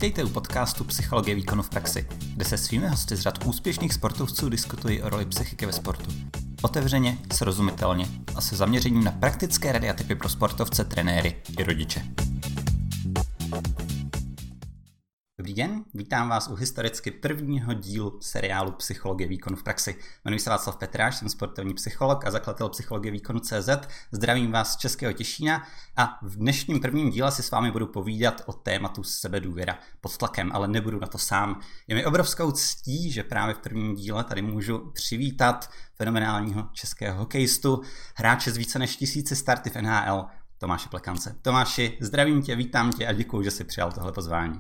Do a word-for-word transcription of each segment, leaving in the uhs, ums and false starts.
Vítejte u podcastu Psychologie výkonu v praxi, kde se svými hosty z řad úspěšných sportovců diskutují o roli psychiky ve sportu. Otevřeně, srozumitelně a se zaměřením na praktické rady a tipy pro sportovce, trenéry i rodiče. Dobrý den, vítám vás u historicky prvního dílu seriálu Psychologie výkonu v praxi. Jmenuji se Václav Petráš, jsem sportovní psycholog a zakladatel Psychologie výkonu tečka cé zet. Zdravím vás z Českého Těšína a v dnešním prvním díle si s vámi budu povídat o tématu sebedůvěra pod tlakem, ale nebudu na to sám. Je mi obrovskou ctí, že právě v prvním díle tady můžu přivítat fenomenálního českého hokejistu, hráče z více než tisíci starty v N H L, Tomáše Plekance. Tomáši, zdravím tě, vítám tě a děkuji, že jsi přijal tohle pozvání.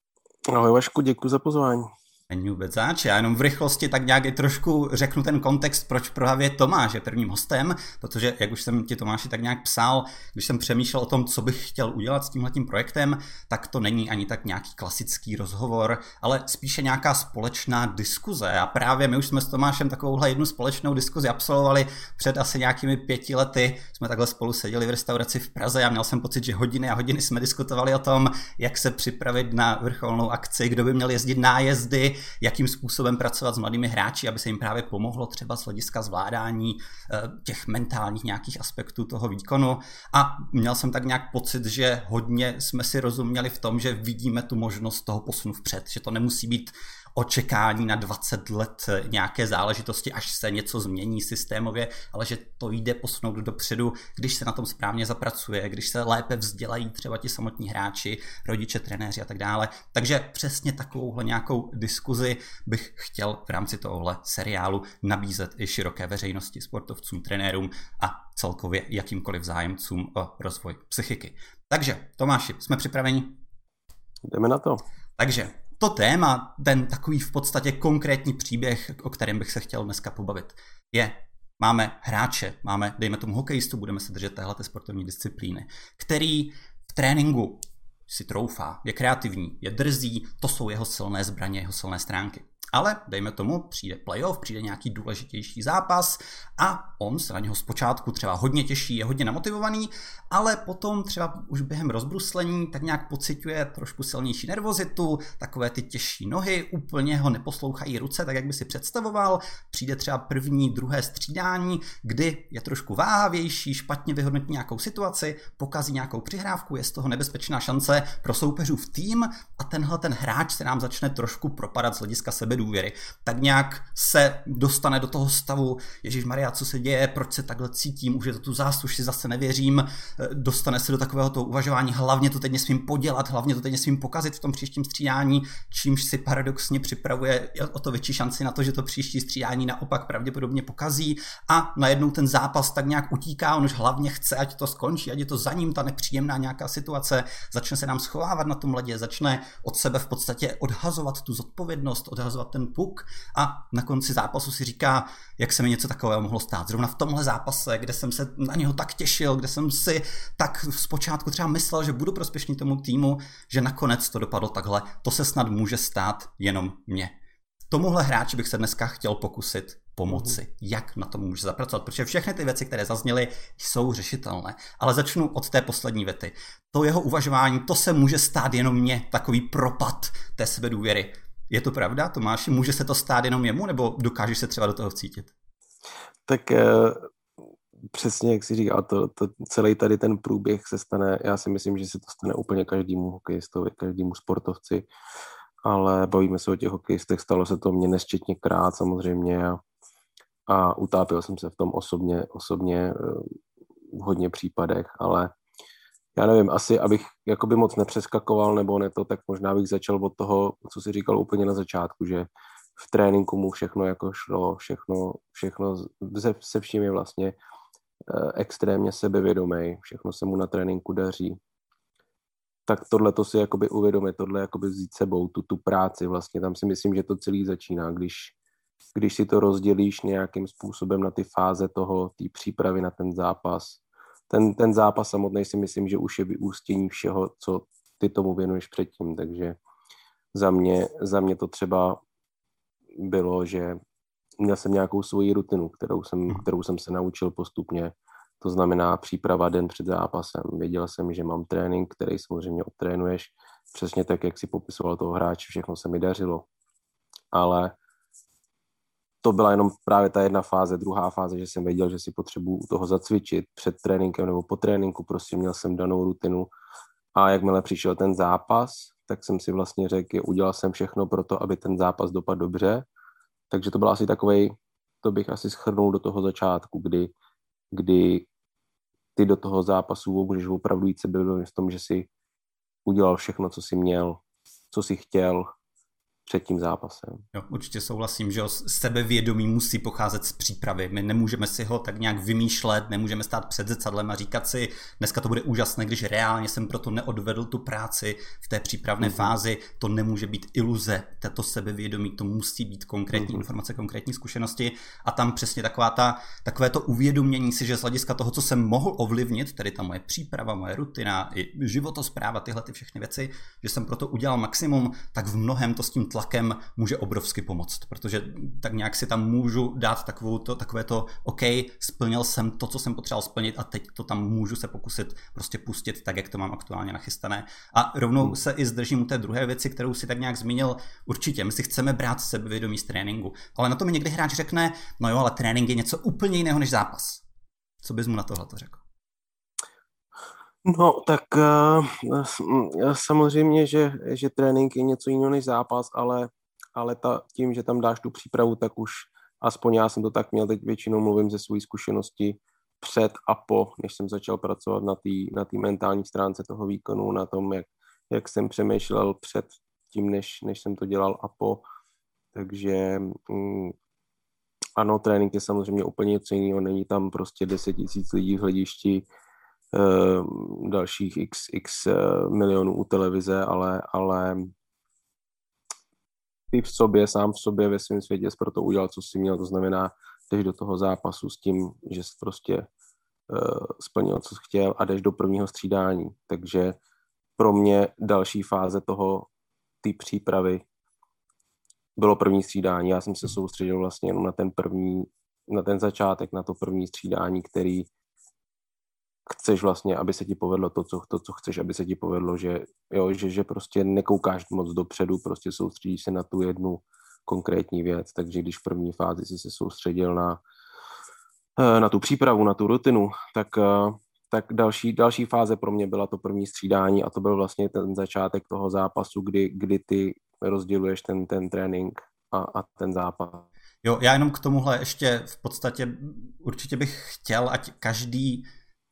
Ahoj Vašku, děkuji za pozvání. Není vůbec zač, já jenom v rychlosti tak nějak i trošku řeknu ten kontext, proč právě Tomáš je prvním hostem, protože jak už jsem ti Tomáši tak nějak psal, když jsem přemýšlel o tom, co bych chtěl udělat s tímhletím projektem, tak to není ani tak nějaký klasický rozhovor, ale spíše nějaká společná diskuze a právě my už jsme s Tomášem takovouhle jednu společnou diskuzi absolvovali před asi nějakými pěti lety, jsme takhle spolu seděli v restauraci v Praze a měl jsem pocit, že hodiny a hodiny jsme diskutovali o tom, jak se připravit na vrcholnou akci, kdo by měl jezdit nájezdy, jakým způsobem pracovat s mladými hráči, aby se jim právě pomohlo třeba z hlediska zvládání těch mentálních nějakých aspektů toho výkonu. A měl jsem tak nějak pocit, že hodně jsme si rozuměli v tom, že vidíme tu možnost toho posunu vpřed, že to nemusí být očekání na dvacet let nějaké záležitosti, až se něco změní systémově, ale že to jde posunout dopředu, když se na tom správně zapracuje, když se lépe vzdělají třeba ti samotní hráči, rodiče, trenéři a tak dále. Takže přesně takovouhle nějakou diskuzi bych chtěl v rámci tohohle seriálu nabízet i široké veřejnosti, sportovcům, trenérům a celkově jakýmkoliv zájemcům o rozvoj psychiky. Takže Tomáši, jsme připraveni? Jdeme na to. Takže to téma, ten takový v podstatě konkrétní příběh, o kterém bych se chtěl dneska pobavit, je, máme hráče, máme, dejme tomu hokejistu, budeme se držet téhleté sportovní disciplíny, který v tréninku si troufá, je kreativní, je drzý, to jsou jeho silné zbraně, jeho silné stránky. Ale dejme tomu, přijde playoff, přijde nějaký důležitější zápas a on se na něho zpočátku třeba hodně těší, je hodně namotivovaný, ale potom třeba už během rozbruslení tak nějak pociťuje trošku silnější nervozitu, takové ty těžší nohy, úplně ho neposlouchají ruce, tak jak by si představoval, přijde třeba první, druhé střídání, kdy je trošku váhavější, špatně vyhodnotí nějakou situaci, pokazí nějakou přihrávku, je z toho nebezpečná šance pro soupeřův tým a tenhle ten hráč se nám začne trošku propadat z hlediska sebe důvěry. Tak nějak se dostane do toho stavu, ježišmarja, co se děje, proč se takhle cítím, už je to tu zásluž, si zase nevěřím, dostane se do takového toho uvažování, hlavně to teď nesmím podělat, hlavně to teď nesmím pokazit v tom příštím střídání, čímž si paradoxně připravuje o to větší šanci na to, že to příští střídání naopak pravděpodobně pokazí a najednou ten zápas tak nějak utíká, on už hlavně chce, ať to skončí, ať je to za ním ta nepříjemná nějaká situace, začne se nám schovávat na tom ledě, začne od sebe v podstatě odhazovat tu zodpovědnost, odhazovat ten puk a na konci zápasu si říká, jak se mi něco takového mohlo stát. Zrovna v tomhle zápase, kde jsem se na něho tak těšil, kde jsem si tak zpočátku třeba myslel, že budu prospěšný tomu týmu, že nakonec to dopadlo takhle. To se snad může stát jenom mně. Tomuhle hráči bych se dneska chtěl pokusit pomoci. Jak na tom může zapracovat? Protože všechny ty věci, které zazněly, jsou řešitelné. Ale začnu od té poslední věty. To jeho uvažování, to se může stát jenom mně, takový propad té sebedůvěry. Je to pravda, Tomáši? Může se to stát jenom jemu, nebo dokážeš se třeba do toho vcítit? Tak eh, přesně, jak jsi říkal, to, to, celý tady ten průběh se stane, já si myslím, že se to stane úplně každému hokejistovi, každému sportovci, ale bavíme se o těch hokejistech, stalo se to mně nesčetněkrát samozřejmě a, a utápil jsem se v tom osobně, osobně eh, v hodně případech, ale já nevím, asi abych jakoby moc nepřeskakoval nebo ne to, tak možná bych začal od toho, co jsi říkal úplně na začátku, že v tréninku mu všechno jako šlo, všechno, všechno se, se vším je vlastně eh, extrémně sebevědomý, všechno se mu na tréninku daří. Tak tohle to si jakoby uvědomit, tohle jakoby vzít sebou, tu, tu práci vlastně, tam si myslím, že to celý začíná, když, když si to rozdělíš nějakým způsobem na ty fáze toho, té přípravy na ten zápas. Ten, ten zápas samotný si myslím, že už je vyústění všeho, co ty tomu věnuješ předtím, takže za mě, za mě to třeba bylo, že měl jsem nějakou svoji rutinu, kterou jsem, kterou jsem se naučil postupně, To znamená příprava den před zápasem. Věděl jsem, že mám trénink, který samozřejmě odtrénuješ přesně tak, jak si popisoval toho hráče, všechno se mi dařilo. Ale to byla jenom právě ta jedna fáze, druhá fáze, že jsem věděl, že si potřebuju u toho zacvičit před tréninkem nebo po tréninku, prostě měl jsem danou rutinu a jakmile přišel ten zápas, tak jsem si vlastně řekl, udělal jsem všechno pro to, aby ten zápas dopadl dobře, takže to byl asi takovej, to bych asi shrnul do toho začátku, kdy, kdy ty do toho zápasu můžeš opravdu jít sebevědomě v tom, že si udělal všechno, co si měl, co si chtěl před tím zápasem. Jo, určitě souhlasím, že sebevědomí musí pocházet z přípravy. My nemůžeme si ho tak nějak vymýšlet, nemůžeme stát před zrcadlem a říkat si, dneska to bude úžasné, když reálně jsem proto neodvedl tu práci v té přípravné mm-hmm. fázi. To nemůže být iluze, tato sebevědomí, to musí být konkrétní mm-hmm. informace, konkrétní zkušenosti a tam přesně taková ta, takové to uvědomění si, že z hlediska toho, co jsem mohl ovlivnit, tedy ta moje příprava, moje rutina, i životospráva, tyhle ty všechny věci, že jsem proto udělal maximum, tak v mnohem to s tím tlakem může obrovsky pomoct, protože tak nějak si tam můžu dát takovou to, takové to, OK, splnil jsem to, co jsem potřeboval splnit a teď to tam můžu se pokusit prostě pustit tak, jak to mám aktuálně nachystané. A rovnou hmm. se i zdržím u té druhé věci, kterou si tak nějak zmínil. Určitě, my si chceme brát sebevědomí z tréninku, ale na to mi někdy hráč řekne, no jo, ale trénink je něco úplně jiného než zápas. Co bys mu na tohle to řekl? No, tak uh, samozřejmě, že, že trénink je něco jiného než zápas, ale, ale ta, tím, že tam dáš tu přípravu, tak už aspoň já jsem to tak měl, teď většinou mluvím ze své zkušenosti před a po, než jsem začal pracovat na té na té mentální stránce toho výkonu, na tom, jak, jak jsem přemýšlel před tím, než, než jsem to dělal a po. Takže um, ano, trénink je samozřejmě úplně něco jiného, není tam prostě deset tisíc lidí v hledišti, Uh, dalších x, x uh, milionů u televize, ale, ale ty v sobě, sám v sobě ve svém světě jsi proto udělal, co jsi měl, to znamená, jdeš do toho zápasu s tím, že jsi prostě uh, splnil, co jsi chtěl a jdeš do prvního střídání. Takže pro mě další fáze toho, ty přípravy bylo první střídání. Já jsem se soustředil vlastně jenom na ten první, na ten začátek, na to první střídání, který chceš vlastně, aby se ti povedlo to, co, to, co chceš, aby se ti povedlo, že, jo, že, že prostě nekoukáš moc dopředu, prostě soustředíš se na tu jednu konkrétní věc, takže když v první fázi si se soustředil na, na tu přípravu, na tu rutinu, tak, tak další, další fáze pro mě byla to první střídání a to byl vlastně ten začátek toho zápasu, kdy, kdy ty rozděluješ ten, ten trénink a, a ten zápas. Jo, já jenom k tomuhle ještě v podstatě určitě bych chtěl, ať každý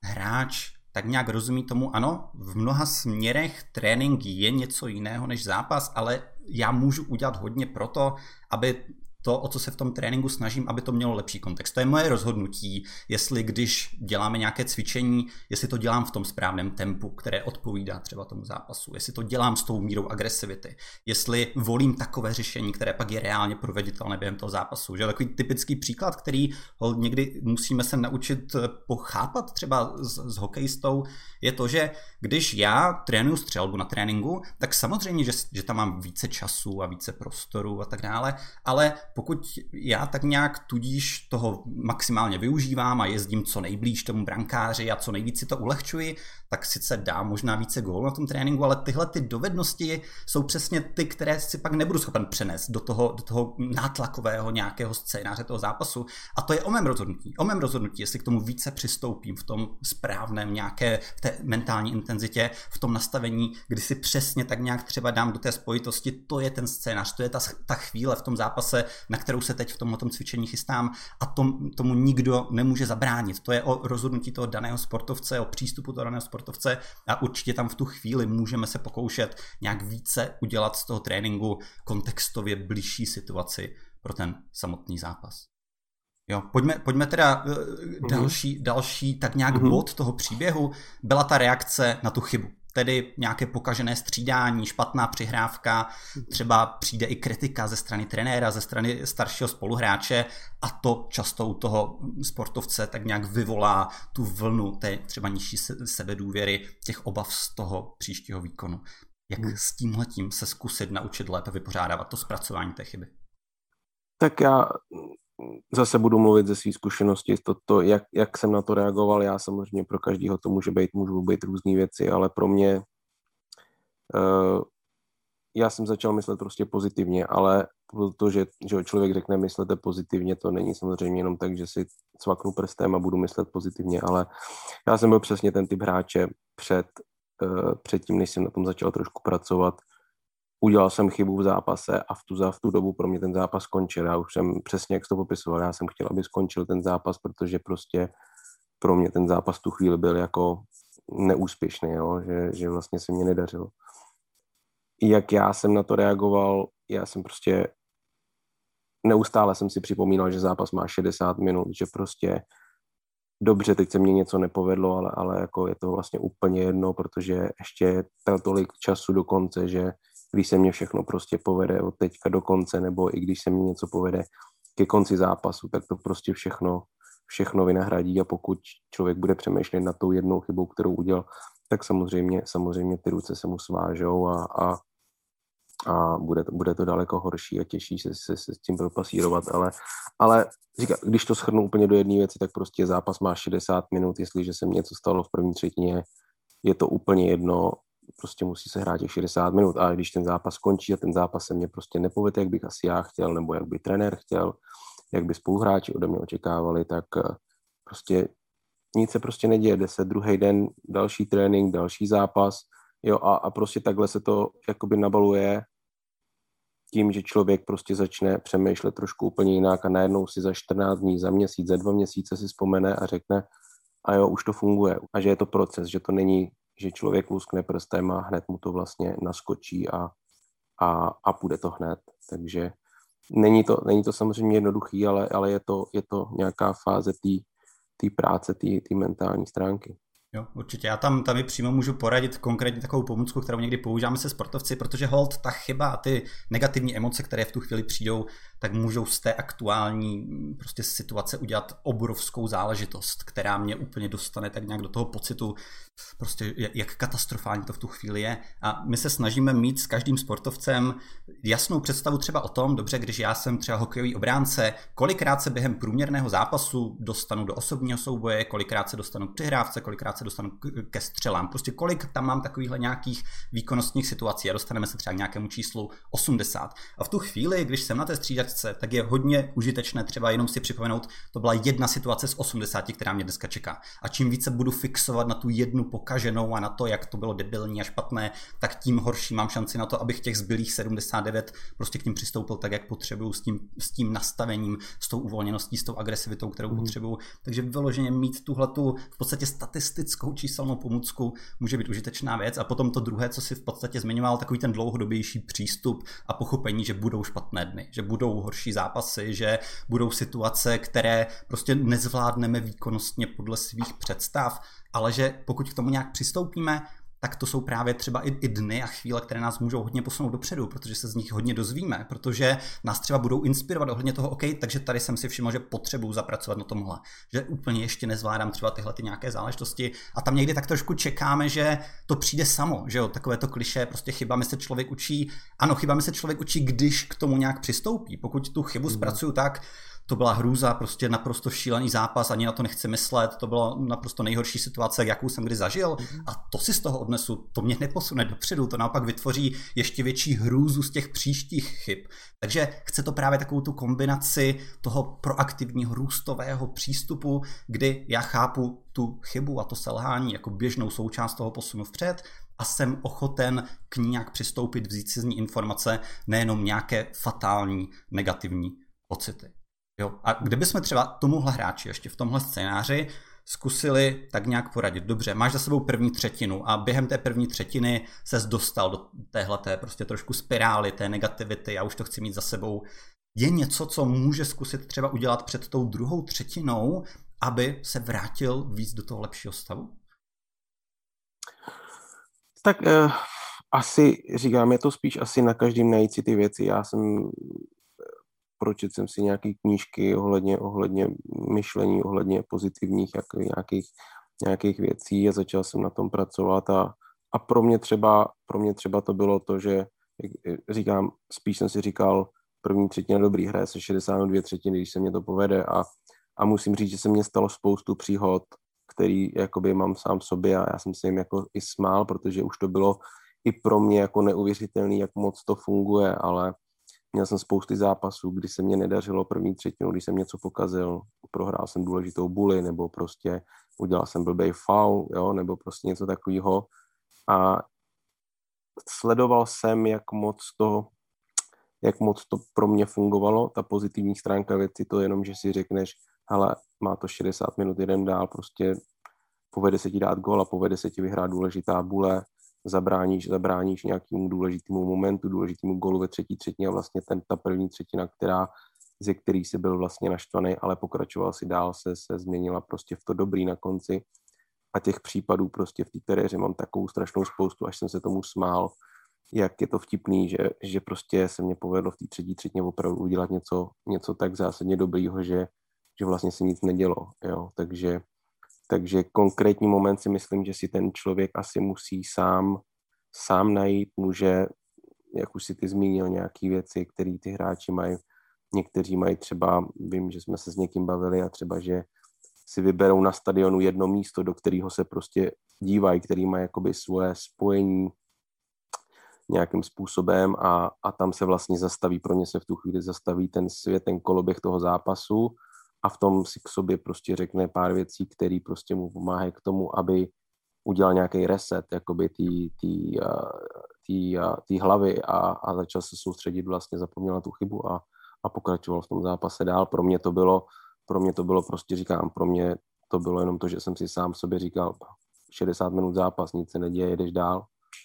hráč tak nějak rozumí tomu, ano, v mnoha směrech trénink je něco jiného než zápas, ale já můžu udělat hodně proto, aby to, o co se v tom tréninku snažím, aby to mělo lepší kontext. To je moje rozhodnutí, jestli když děláme nějaké cvičení, jestli to dělám v tom správném tempu, které odpovídá třeba tomu zápasu, jestli to dělám s tou mírou agresivity, jestli volím takové řešení, které pak je reálně proveditelné během toho zápasu. Že takový typický příklad, který někdy musíme se naučit pochápat třeba s, s hokejistou, je to, že když já trénuju střelbu na tréninku, tak samozřejmě, že, že tam mám více času a více prostoru a tak dále, ale pokud já tak nějak tudíž toho maximálně využívám a jezdím co nejblíž tomu brankáři a co nejvíc si to ulehčuji, tak sice dám možná více gól na tom tréninku, ale tyhle ty dovednosti jsou přesně ty, které si pak nebudu schopen přenést do toho, do toho nátlakového nějakého scénáře toho zápasu. A to je o mém rozhodnutí. O mém rozhodnutí, jestli k tomu více přistoupím v tom správném nějaké, v té mentální intenzitě, v tom nastavení, kdy si přesně tak nějak třeba dám do té spojitosti, to je ten scénář, to je ta, ta chvíle v tom zápase, na kterou se teď v tomhle cvičení chystám a tom, tomu nikdo nemůže zabránit. To je o rozhodnutí toho daného sportovce, o přístupu toho daného sportovce a určitě tam v tu chvíli můžeme se pokoušet nějak více udělat z toho tréninku kontextově bližší situaci pro ten samotný zápas. Jo, pojďme, pojďme teda uh, další, další tak nějak mm-hmm. bod toho příběhu byla ta reakce na tu chybu. Tedy nějaké pokažené střídání, špatná přihrávka, třeba přijde i kritika ze strany trenéra, ze strany staršího spoluhráče a to často u toho sportovce tak nějak vyvolá tu vlnu té třeba nižší sebedůvěry, těch obav z toho příštího výkonu. Jak hmm. s tímhletím se zkusit naučit lépe vypořádávat to zpracování té chyby? Tak já zase budu mluvit ze své zkušenosti, to, to, jak, jak jsem na to reagoval, já samozřejmě pro každého to může být, můžou být různé věci, ale pro mě uh, já jsem začal myslet prostě pozitivně, ale to, že, že člověk řekne myslete pozitivně, to není samozřejmě jenom tak, že si cvaknu prstem a budu myslet pozitivně, ale já jsem byl přesně ten typ hráče před, uh, před tím, než jsem na tom začal trošku pracovat. Udělal jsem chybu v zápase a v tu, v tu dobu pro mě ten zápas skončil. Já už jsem přesně, jak jsi to popisoval, já jsem chtěl, aby skončil ten zápas, protože prostě pro mě ten zápas tu chvíli byl jako neúspěšný, jo? Že, že vlastně se mě nedařilo. Jak já jsem na to reagoval, já jsem prostě neustále jsem si připomínal, že zápas má šedesát minut, že prostě dobře, teď se mně něco nepovedlo, ale, ale jako je to vlastně úplně jedno, protože ještě je tolik času do konce, že když se mně všechno prostě povede od teďka do konce, nebo i když se mně něco povede ke konci zápasu, tak to prostě všechno, všechno vynahradí a pokud člověk bude přemýšlet nad tou jednou chybou, kterou udělal, tak samozřejmě, samozřejmě ty ruce se mu svážou a, a, a bude, to, bude to daleko horší a těžší se, se, se s tím propasírovat, ale, ale říká, když to shrnu úplně do jedné věci, tak prostě zápas má šedesát minut, jestliže se mně něco stalo v první třetině, je to úplně jedno, prostě musí se hrát těch šedesát minut a když ten zápas skončí a ten zápas se mě prostě nepovede, jak bych asi já chtěl, nebo jak by trenér chtěl, jak by spoluhráči ode mě očekávali, tak prostě nic se prostě neděje, jde se druhý den, další trénink, další zápas, jo, a, a prostě takhle se to jakoby nabaluje tím, že člověk prostě začne přemýšlet trošku úplně jinak a najednou si za čtrnáct dní, za měsíc, za dva měsíce si vzpomene a řekne a jo, už to funguje a že je to proces, že to není, že člověk luskne prstem a hned mu to vlastně naskočí a, a, a půjde to hned. Takže není to, není to samozřejmě jednoduchý, ale, ale je, to, je to nějaká fáze té práce, té mentální stránky. Jo, určitě. Já tam, tam i přímo můžu poradit konkrétně takovou pomůcku, kterou někdy používáme se sportovci, protože hold ta chyba a ty negativní emoce, které v tu chvíli přijdou, tak můžou z té aktuální prostě situace udělat obrovskou záležitost, která mě úplně dostane tak nějak do toho pocitu, prostě jak katastrofální to v tu chvíli je. A my se snažíme mít s každým sportovcem jasnou představu třeba o tom, dobře, když já jsem třeba hokejový obránce, kolikrát se během průměrného zápasu dostanu do osobního souboje, kolikrát se dostanu k přihrávce, kolikrát se dostanu ke střelám. Prostě kolik tam mám takovýchhle nějakých výkonnostních situací a dostaneme se třeba k nějakému číslu osmdesát. A v tu chvíli, když jsem na té střídačce, tak je hodně užitečné třeba jenom si připomenout, to byla jedna situace z osmdesáti, která mě dneska čeká. A čím více budu fixovat na tu jednu pokaženou a na to, jak to bylo debilní a špatné, tak tím horší mám šanci na to, abych těch zbylých sedmdesát devět prostě k ním přistoupil tak, jak potřebuju, s tím, s tím nastavením, s tou uvolněností, s tou agresivitou, kterou mm. potřebuju. Takže vyloženě mít tuhletu v podstatě statistickou číselnou pomůcku může být užitečná věc. A potom to druhé, co si v podstatě zmiňoval, takový ten dlouhodobější přístup a pochopení, že budou špatné dny, že budou horší zápasy, že budou situace, které prostě nezvládneme výkonnostně podle svých představ, ale že pokud k tomu nějak přistoupíme, tak to jsou právě třeba i, i dny a chvíle, které nás můžou hodně posunout dopředu, protože se z nich hodně dozvíme, protože nás třeba budou inspirovat ohledně toho, OK, takže tady jsem si všiml, že potřebuju zapracovat na tomhle, že úplně ještě nezvládám třeba tyhle ty nějaké záležitosti a tam někdy tak trošku čekáme, že to přijde samo, že jo, takové to klišé, prostě chybami se člověk učí, ano, chybami se člověk učí, když k tomu nějak přistoupí, pokud tu chybu mm. zpracuju tak, to byla hrůza, prostě naprosto šílený zápas, ani na to nechci myslet, to byla naprosto nejhorší situace, jakou jsem kdy zažil a to si z toho odnesu, to mě neposune dopředu, to naopak vytvoří ještě větší hrůzu z těch příštích chyb. Takže chce to právě takovou tu kombinaci toho proaktivního růstového přístupu, kdy já chápu tu chybu a to selhání jako běžnou součást toho posunu vpřed a jsem ochoten k ní nějak přistoupit, vzít si z ní informace, nejenom nějaké fatální negativní pocity. Jo? A kdybychom třeba tomuhle hráči ještě v tomhle scénáři zkusili tak nějak poradit, dobře, máš za sebou první třetinu a během té první třetiny ses dostal do téhleté prostě trošku spirály, té negativity, já už to chci mít za sebou. Je něco, co může zkusit třeba udělat před tou druhou třetinou, aby se vrátil víc do toho lepšího stavu? Tak eh, asi říkám, je to spíš asi na každém najít si ty věci. Já jsem pročetl jsem si nějaké knížky ohledně, ohledně myšlení, ohledně pozitivních jak, nějakých, nějakých věcí a začal jsem na tom pracovat a, a pro mě třeba, pro mě třeba to bylo to, že říkám, spíš jsem si říkal, první třetina dobrý, hraje se šedesát minut dvě třetiny, když se mě to povede a, a musím říct, že se mně stalo spoustu příhod, který jakoby mám sám v sobě a já jsem se jim jako i smál, protože už to bylo i pro mě jako neuvěřitelný, jak moc to funguje, ale měl jsem spousty zápasů, kdy se mě nedařilo první třetinu, když jsem něco pokazil, prohrál jsem důležitou buli, nebo prostě udělal jsem blbej foul, jo, nebo prostě něco takového. A sledoval jsem, jak moc to, jak moc to pro mě fungovalo. Ta pozitivní stránka věci to jenom, že si řekneš, hele, má to šedesát minut, jeden dál, prostě povede se ti dát gól a povede se ti vyhrát důležitá bule, zabráníš, zabráníš nějakému důležitému momentu, důležitému gólu ve třetí třetině a vlastně ten, ta první třetina, která, ze který si byl vlastně naštvaný, ale pokračoval si dál, se, se změnila prostě v to dobrý na konci a těch případů prostě v té teréře mám takovou strašnou spoustu, až jsem se tomu smál, jak je to vtipný, že, že prostě se mě povedlo v té třetí třetině opravdu udělat něco, něco tak zásadně dobrýho, že, že vlastně se nic nedělo, jo, takže Takže konkrétní moment si myslím, že si ten člověk asi musí sám, sám najít, může, jak už si ty zmínil, nějaké věci, které ty hráči mají. Někteří mají třeba, vím, že jsme se s někým bavili a třeba, že si vyberou na stadionu jedno místo, do kterého se prostě dívají, který má jakoby svoje spojení nějakým způsobem a, a tam se vlastně zastaví, pro ně se v tu chvíli zastaví ten svět, ten koloběh toho zápasu a v tom si k sobě prostě řekne pár věcí, které prostě mu pomáhají k tomu, aby udělal nějaký reset, jakoby té hlavy a, a začal se soustředit, vlastně zapomněl na tu chybu a, a pokračoval v tom zápase dál. Pro mě to bylo, pro mě to bylo prostě, říkám, pro mě to bylo jenom to, že jsem si sám sobě říkal, šedesát minut zápas, nic se neděje, jedeš dál.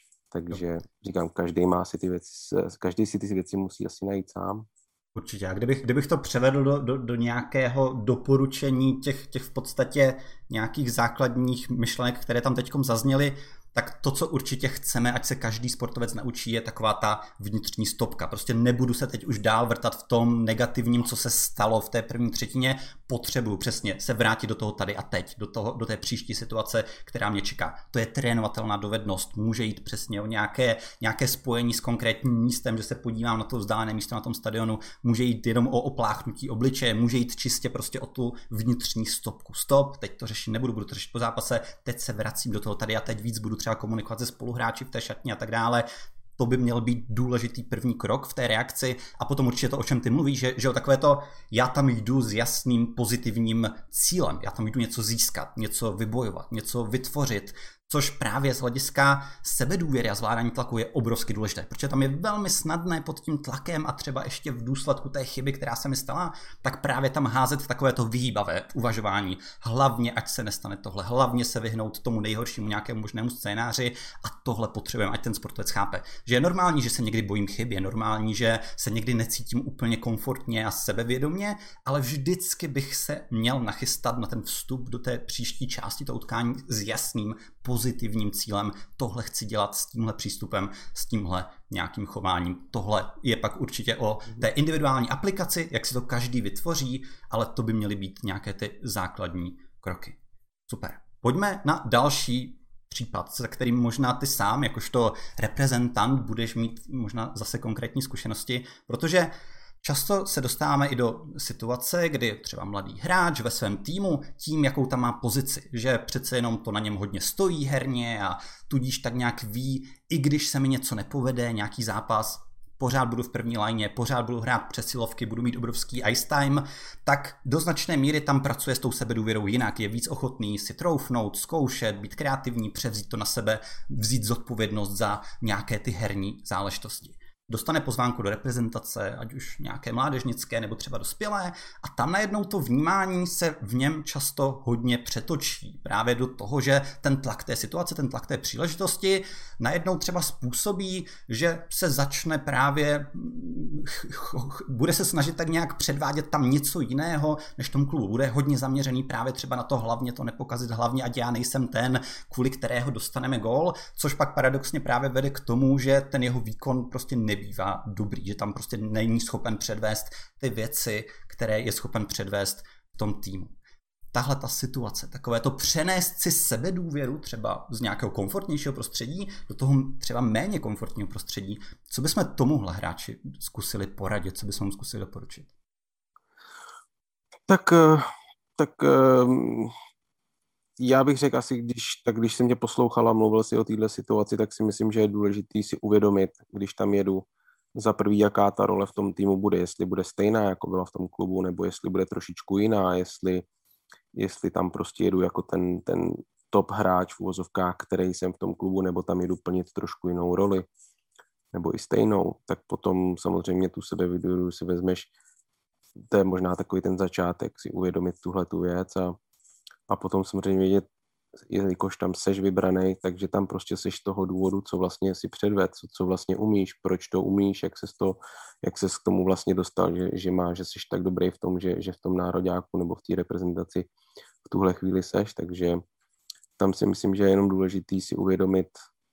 Takže říkám, každý má si ty věci, každý si ty věci musí asi najít sám. Určitě. A kdybych, kdybych to převedl do, do, do nějakého doporučení těch, těch v podstatě nějakých základních myšlenek, které tam teďkom zazněly, tak to, co určitě chceme, ať se každý sportovec naučí, je taková ta vnitřní stopka. Prostě nebudu se teď už dál vrtat v tom negativním, co se stalo v té první třetině. Potřebuju přesně se vrátit do toho tady a teď, do, toho, do té příští situace, která mě čeká. To je trénovatelná dovednost. Může jít přesně o nějaké, nějaké spojení s konkrétním místem, že se podívám na to vzdálené místo na tom stadionu. Může jít jenom o opláchnutí obličeje, může jít čistě prostě o tu vnitřní stopku. Stop, teď to řešit nebudu, budu to řešit po zápase, teď se vracím do toho tady a teď, víc budu třeba komunikovat se spoluhráči v té šatně a tak dále. To by měl být důležitý první krok v té reakci a potom určitě to, o čem ty mluvíš, že, že jo, takové to, já tam jdu s jasným pozitivním cílem, já tam jdu něco získat, něco vybojovat, něco vytvořit, což právě z hlediska sebedůvěry a zvládání tlaku je obrovsky důležité, protože tam je velmi snadné pod tím tlakem a třeba ještě v důsledku té chyby, která se mi stala, tak právě tam házet takovéto vyhýbavé uvažování. Hlavně, ať se nestane tohle, hlavně se vyhnout tomu nejhoršímu nějakému možnému scénáři a tohle potřebujeme, ať ten sportovec chápe. Že je normální, že se někdy bojím chyb, je normální, že se někdy necítím úplně komfortně a sebevědomě, ale vždycky bych se měl nachystat na ten vstup do té příští části toho utkání s jasným pozitivním cílem, tohle chci dělat s tímhle přístupem, s tímhle nějakým chováním. Tohle je pak určitě o té individuální aplikaci, jak si to každý vytvoří, ale to by měly být nějaké ty základní kroky. Super. Pojďme na další případ, se kterým možná ty sám, jakožto reprezentant, budeš mít možná zase konkrétní zkušenosti, protože často se dostáváme i do situace, kdy třeba mladý hráč ve svém týmu tím, jakou tam má pozici, že přece jenom to na něm hodně stojí herně a tudíž tak nějak ví, i když se mi něco nepovede, nějaký zápas, pořád budu v první lajně, pořád budu hrát přesilovky, budu mít obrovský ice time, tak do značné míry tam pracuje s tou sebedůvěrou jinak, je víc ochotný si troufnout, zkoušet, být kreativní, převzít to na sebe, vzít zodpovědnost za nějaké ty herní záležitosti. Dostane pozvánku do reprezentace, ať už nějaké mládežnické nebo třeba dospělé a tam najednou to vnímání se v něm často hodně přetočí. Právě do toho, že ten tlak té situace, ten tlak té příležitosti najednou třeba způsobí, že se začne právě, bude se snažit tak nějak předvádět tam něco jiného než tomu klubu. Bude hodně zaměřený právě třeba na to hlavně to nepokazit, hlavně ať já nejsem ten, kvůli kterého dostaneme gól, což pak paradoxně právě vede k tomu, že ten jeho výkon prostě nebývá dobrý, že tam prostě není schopen předvést ty věci, které je schopen předvést v tom týmu. tahle ta situace, takové to přenést si sebedůvěru třeba z nějakého komfortnějšího prostředí do toho třeba méně komfortního prostředí. Co bychom tomuhle hráči zkusili poradit, co bychom mu zkusili doporučit? Tak, tak já bych řekl asi, když, tak když jsem tě poslouchala, mluvil si o této situaci, tak si myslím, že je důležité si uvědomit, když tam jedu, za prvý, jaká ta role v tom týmu bude, jestli bude stejná, jako byla v tom klubu, nebo jestli bude trošičku jiná, jestli, jestli tam prostě jedu jako ten, ten top hráč v uvozovkách, který jsem v tom klubu, nebo tam jedu plnit trošku jinou roli, nebo i stejnou, tak potom samozřejmě tu sebevědomí si vezmeš, to je možná takový ten začátek, si uvědomit tuhle tu věc a, a potom samozřejmě vědět, jelikož tam seš vybraný, takže tam prostě seš z toho důvodu, co vlastně si předved, co, co vlastně umíš, proč to umíš, jak ses, to, jak ses k tomu vlastně dostal, že, že má, že seš tak dobrý v tom, že, že v tom nároďáku nebo v té reprezentaci v tuhle chvíli seš, takže tam si myslím, že je jenom důležitý si uvědomit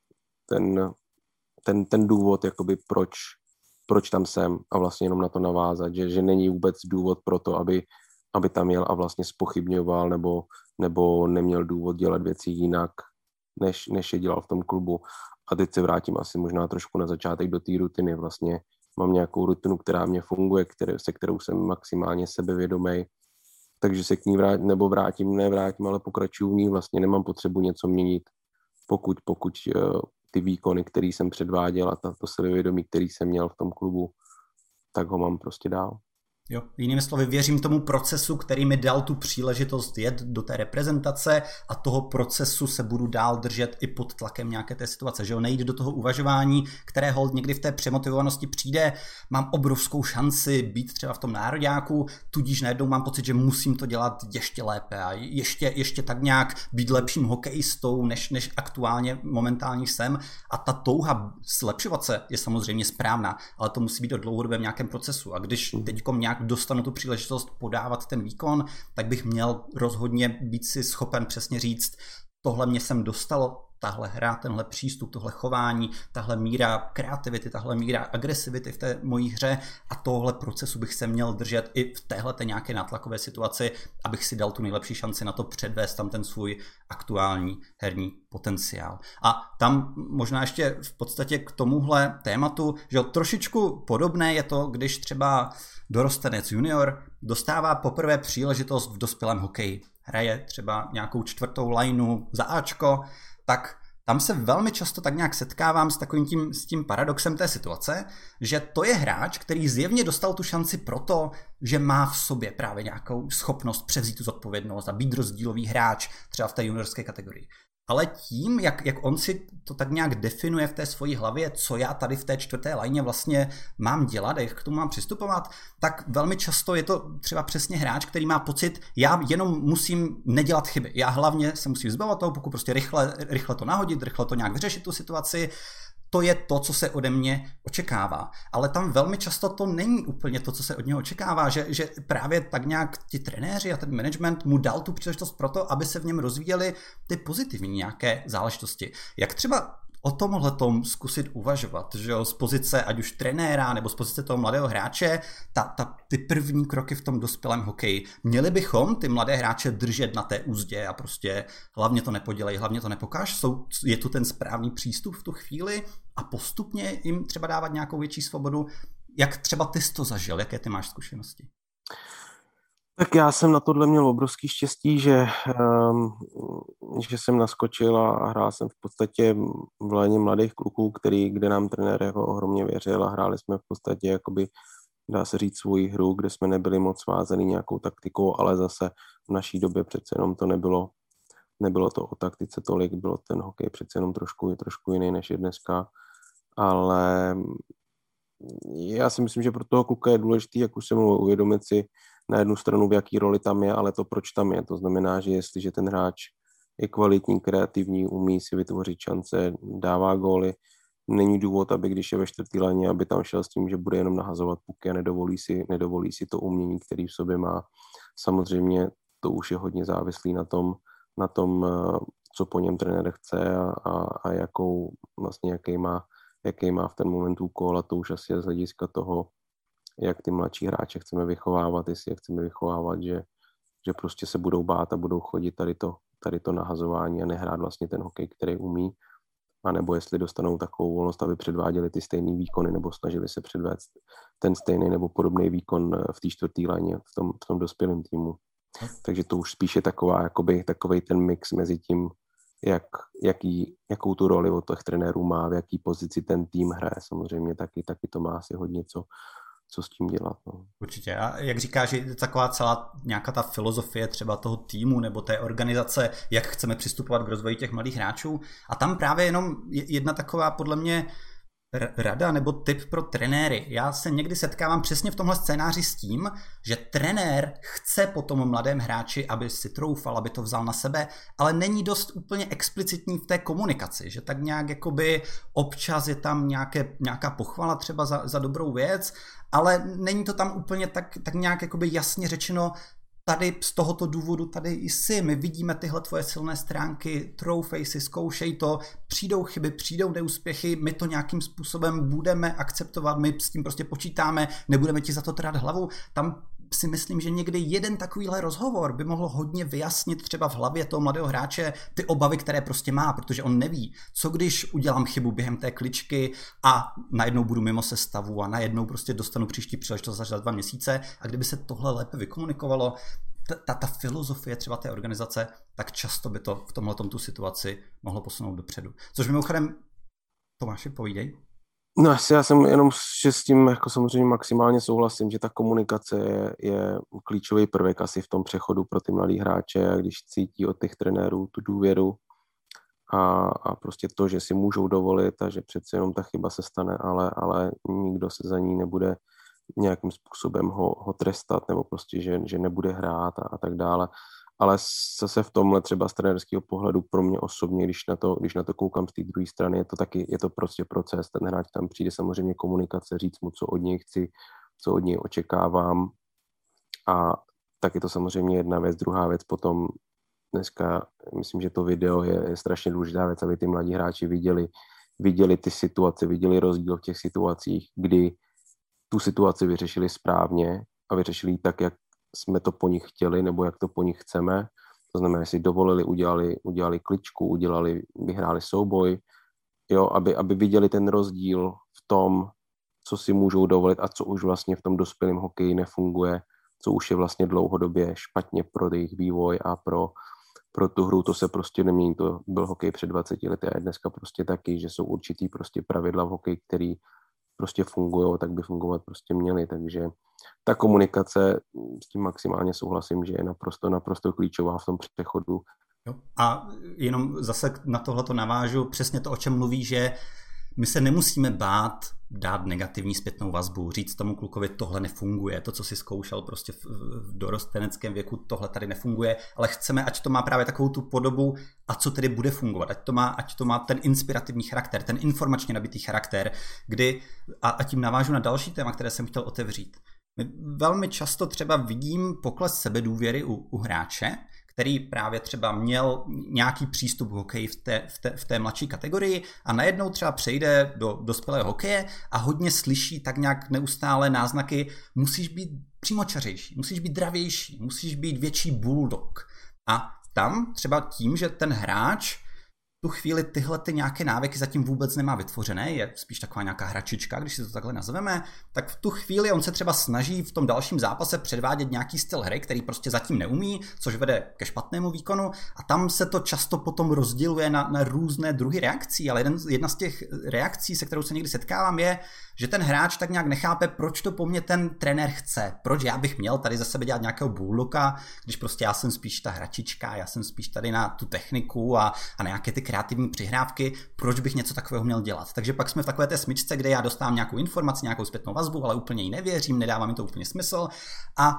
ten, ten, ten důvod, jakoby proč, proč tam jsem a vlastně jenom na to navázat, že, že není vůbec důvod pro to, aby, aby tam jel a vlastně zpochybňoval nebo, nebo neměl důvod dělat věci jinak, než, než je dělal v tom klubu. A teď se vrátím asi možná trošku na začátek do té rutiny. Vlastně mám nějakou rutinu, která mě funguje, které, se kterou jsem maximálně sebevědomý, takže se k ní vrátím, nebo vrátím, ne vrátím, ale pokračuju v ní. Vlastně nemám potřebu něco měnit, pokud, pokud uh, ty výkony, které jsem předváděl a to sebevědomí, který jsem měl v tom klubu, tak ho mám prostě dál. Jo, jinými slovy, věřím tomu procesu, který mi dal tu příležitost jet do té reprezentace a toho procesu se budu dál držet i pod tlakem nějaké té situace, že jo, nejde do toho uvažování, které hold někdy v té přemotivovanosti přijde, mám obrovskou šanci být třeba v tom nároďáku, tudíž najednou mám pocit, že musím to dělat ještě lépe a ještě, ještě tak nějak být lepším hokejistou, než, než aktuálně momentálně jsem a ta touha zlepšovat se je samozřejmě správná, ale to musí být o dlouhodobém nějakém procesu a když teďkom nějak dostanu tu příležitost podávat ten výkon, tak bych měl rozhodně být si schopen přesně říct, tohle mě sem dostalo, tahle hra, tenhle přístup, tohle chování, tahle míra kreativity, tahle míra agresivity v té mojí hře a tohle procesu bych se měl držet i v téhleté nějaké nátlakové situaci, abych si dal tu nejlepší šanci na to předvést tam ten svůj aktuální herní potenciál. A tam možná ještě v podstatě k tomuhle tématu, že trošičku podobné je to, když třeba dorostenec junior dostává poprvé příležitost v dospělém hokeji. Hraje třeba nějakou čtvrtou lineu za Ačko, tak tam se velmi často tak nějak setkávám s takovým tím, s tím paradoxem té situace, že to je hráč, který zjevně dostal tu šanci proto, že má v sobě právě nějakou schopnost převzít tu zodpovědnost a být rozdílový hráč třeba v té juniorské kategorii. Ale tím, jak, jak on si to tak nějak definuje v té svojí hlavě, co já tady v té čtvrté lajně vlastně mám dělat, jak k tomu mám přistupovat, tak velmi často je to třeba přesně hráč, který má pocit, já jenom musím nedělat chyby. Já hlavně se musím zbavit toho, pokud prostě rychle, rychle to nahodit, rychle to nějak vyřešit tu situaci. To je to, co se ode mě očekává. Ale tam velmi často to není úplně to, co se od něho očekává, že, že právě tak nějak ti trenéři a ten management mu dal tu příležitost pro to, aby se v něm rozvíjely ty pozitivní nějaké záležitosti. Jak třeba o tomhletom zkusit uvažovat, že jo, z pozice ať už trenéra nebo z pozice toho mladého hráče, ta, ta, ty první kroky v tom dospělém hokeji. Měli bychom ty mladé hráče držet na té úzdě a prostě hlavně to nepodělej, hlavně to nepokáž. Jsou, je tu ten správný přístup v tu chvíli a postupně jim třeba dávat nějakou větší svobodu. Jak třeba ty jsi to zažil? Jaké ty máš zkušenosti? Tak já jsem na tohle měl obrovský štěstí, že, um, že jsem naskočil a hrál jsem v podstatě v léně mladých kluků, který, kde nám trenér jako ohromně věřil a hráli jsme v podstatě, jakoby, dá se říct, svoji hru, kde jsme nebyli moc svázaný nějakou taktikou, ale zase v naší době přece jenom to nebylo, nebylo to o taktice tolik, bylo ten hokej přece jenom trošku, trošku jiný než je dneska, ale já si myslím, že pro toho kluka je důležitý, jak už jsem mluvil, uvědomit si na jednu stranu, v jaký roli tam je, ale to, proč tam je. To znamená, že jestliže ten hráč je kvalitní, kreativní, umí si vytvořit šance, dává góly, není důvod, aby když je ve čtvrtý léně, aby tam šel s tím, že bude jenom nahazovat puky a nedovolí si, nedovolí si to umění, který v sobě má. Samozřejmě to už je hodně závislý na tom, na tom, co po něm trenér chce a, a, a jakou, vlastně jaký má, jaký má v ten moment úkol, a to už asi je z hlediska toho, jak ty mladší hráče chceme vychovávat, jestli je chceme vychovávat, že že prostě se budou bát a budou chodit tady to, tady to nahazování a nehrát vlastně ten hokej, který umí, a nebo jestli dostanou takovou volnost, aby předváděli ty stejný výkony nebo snažili se předvést ten stejný nebo podobný výkon v té čtvrtý léně v tom, v tom dospělém týmu. Takže to už spíše taková, jakoby, takovej ten mix mezi tím, jak, jaký, jakou tu roli od těch trenérů má, v jaký pozici ten tým hraje. Samozřejmě taky, taky to má asi hodně co, co s tím dělat. No. Určitě. A jak říkáš, je taková celá nějaká ta filozofie třeba toho týmu nebo té organizace, jak chceme přistupovat k rozvoji těch mladých hráčů. A tam právě jenom jedna taková podle mě rada nebo tip pro trenéry. Já se někdy setkávám přesně v tomhle scénáři s tím, že trenér chce po tom mladém hráči, aby si troufal, aby to vzal na sebe, ale není dost úplně explicitní v té komunikaci, že tak nějak jakoby občas je tam nějaké, nějaká pochvala třeba za, za dobrou věc, ale není to tam úplně tak, tak nějak jakoby jasně řečeno, tady z tohoto důvodu tady jsi, my vidíme tyhle tvoje silné stránky, troufej si, zkoušej to, přijdou chyby, přijdou neúspěchy, my to nějakým způsobem budeme akceptovat, my s tím prostě počítáme, nebudeme ti za to trhat hlavu. Tam si myslím, že někdy jeden takovýhle rozhovor by mohl hodně vyjasnit třeba v hlavě toho mladého hráče ty obavy, které prostě má, protože on neví, co když udělám chybu během té kličky a najednou budu mimo sestavu a najednou prostě dostanu příští příležitost za dva měsíce, a kdyby se tohle lépe vykomunikovalo, ta, ta filozofie třeba té organizace, tak často by to v tomhletom tu situaci mohlo posunout dopředu. Což mimochodem, Tomáši, povídej. No asi já jsem jenom že s tím jako samozřejmě maximálně souhlasím, že ta komunikace je, je klíčový prvek asi v tom přechodu pro ty mladý hráče, a když cítí od těch trenérů tu důvěru a, a prostě to, že si můžou dovolit a že přece jenom ta chyba se stane, ale, ale nikdo se za ní nebude nějakým způsobem ho, ho trestat nebo prostě, že, že nebude hrát a, a tak dále. Ale zase v tomhle třeba z trenérského pohledu pro mě osobně, když na to, když na to koukám z té druhé strany, je to taky, je to prostě proces. Ten hráč tam přijde samozřejmě komunikace, říct mu, co od něj chci, co od něj očekávám. A tak je to samozřejmě jedna věc. Druhá věc potom dneska, myslím, že to video je, je strašně důležitá věc, aby ty mladí hráči viděli, viděli ty situace, viděli rozdíl v těch situacích, kdy tu situaci vyřešili správně a vyřešili tak, jak jsme to po nich chtěli, nebo jak to po nich chceme. To znamená, jestli dovolili, udělali, udělali kličku, udělali, vyhráli souboj, jo, aby, aby viděli ten rozdíl v tom, co si můžou dovolit a co už vlastně v tom dospělém hokeji nefunguje, co už je vlastně dlouhodobě špatně pro jejich vývoj a pro, pro tu hru. To se prostě nemění. To byl hokej před dvaceti lety a je dneska prostě taky, že jsou určitý prostě pravidla v hokeji, který prostě fungují, tak by fungovat prostě měly. Takže ta komunikace, s tím maximálně souhlasím, že je naprosto, naprosto klíčová v tom přechodu. Jo. A jenom zase na tohleto navážu přesně to, o čem mluví, že my se nemusíme bát dát negativní zpětnou vazbu, říct tomu klukovi, tohle nefunguje, to, co si zkoušel prostě v, v dorosteneckém věku, tohle tady nefunguje, ale chceme, ať to má právě takovou tu podobu, a co tedy bude fungovat, ať to má, ať to má ten inspirativní charakter, ten informačně nabitý charakter, kdy, a, a tím navážu na další téma, které jsem chtěl otevřít. My velmi často třeba vidím pokles sebedůvěry u, u hráče, který právě třeba měl nějaký přístup k hokeji v té, v, té, v té mladší kategorii a najednou třeba přejde do dospělého hokeje a hodně slyší tak nějak neustále náznaky, musíš být přímočařejší, musíš být dravější, musíš být větší bulldog. A tam třeba tím, že ten hráč tu chvíli tyhle ty nějaké návyky zatím vůbec nemá vytvořené, je spíš taková nějaká hračička, když si to takhle nazveme, tak v tu chvíli on se třeba snaží v tom dalším zápase předvádět nějaký styl hry, který prostě zatím neumí, což vede ke špatnému výkonu, a tam se to často potom rozděluje na, na různé druhy reakcí, ale jeden, jedna z těch reakcí, se kterou se někdy setkávám, je, že ten hráč tak nějak nechápe, proč to po mně ten trenér chce, proč já bych měl tady za sebe dělat nějakého bulldoga, když prostě já jsem spíš ta hračička, já jsem spíš tady na tu techniku a, a na nějaké ty kreativní přihrávky, proč bych něco takového měl dělat. Takže pak jsme v takové té smyčce, kde já dostávám nějakou informaci, nějakou zpětnou vazbu, ale úplně jí nevěřím, nedává mi to úplně smysl a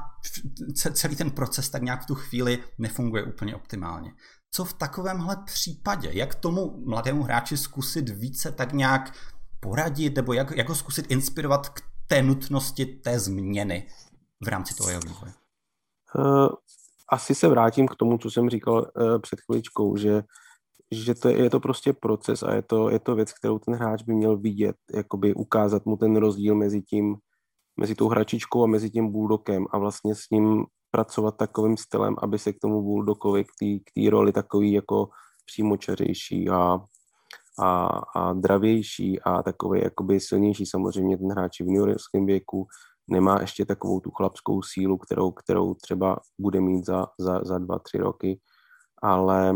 celý ten proces tak nějak v tu chvíli nefunguje úplně optimálně. Co v takovémhle případě? Jak tomu mladému hráči zkusit více tak nějak poradit, nebo jak, jak ho zkusit inspirovat k té nutnosti té změny v rámci toho jeho vývoje? Uh, asi se vrátím k tomu, co jsem říkal uh, před chviličkou, že že to je, je to prostě proces a je to, je to věc, kterou ten hráč by měl vidět, jakoby ukázat mu ten rozdíl mezi tím, mezi tou hračičkou a mezi tím bulldogem a vlastně s ním pracovat takovým stylem, aby se k tomu Bulldogovi, k té roli takový jako přímočařejší a, a, a dravější a takový jakoby silnější. Samozřejmě ten hráč v juniorském věku nemá ještě takovou tu chlapskou sílu, kterou, kterou třeba bude mít za, za, za dva, tři roky, ale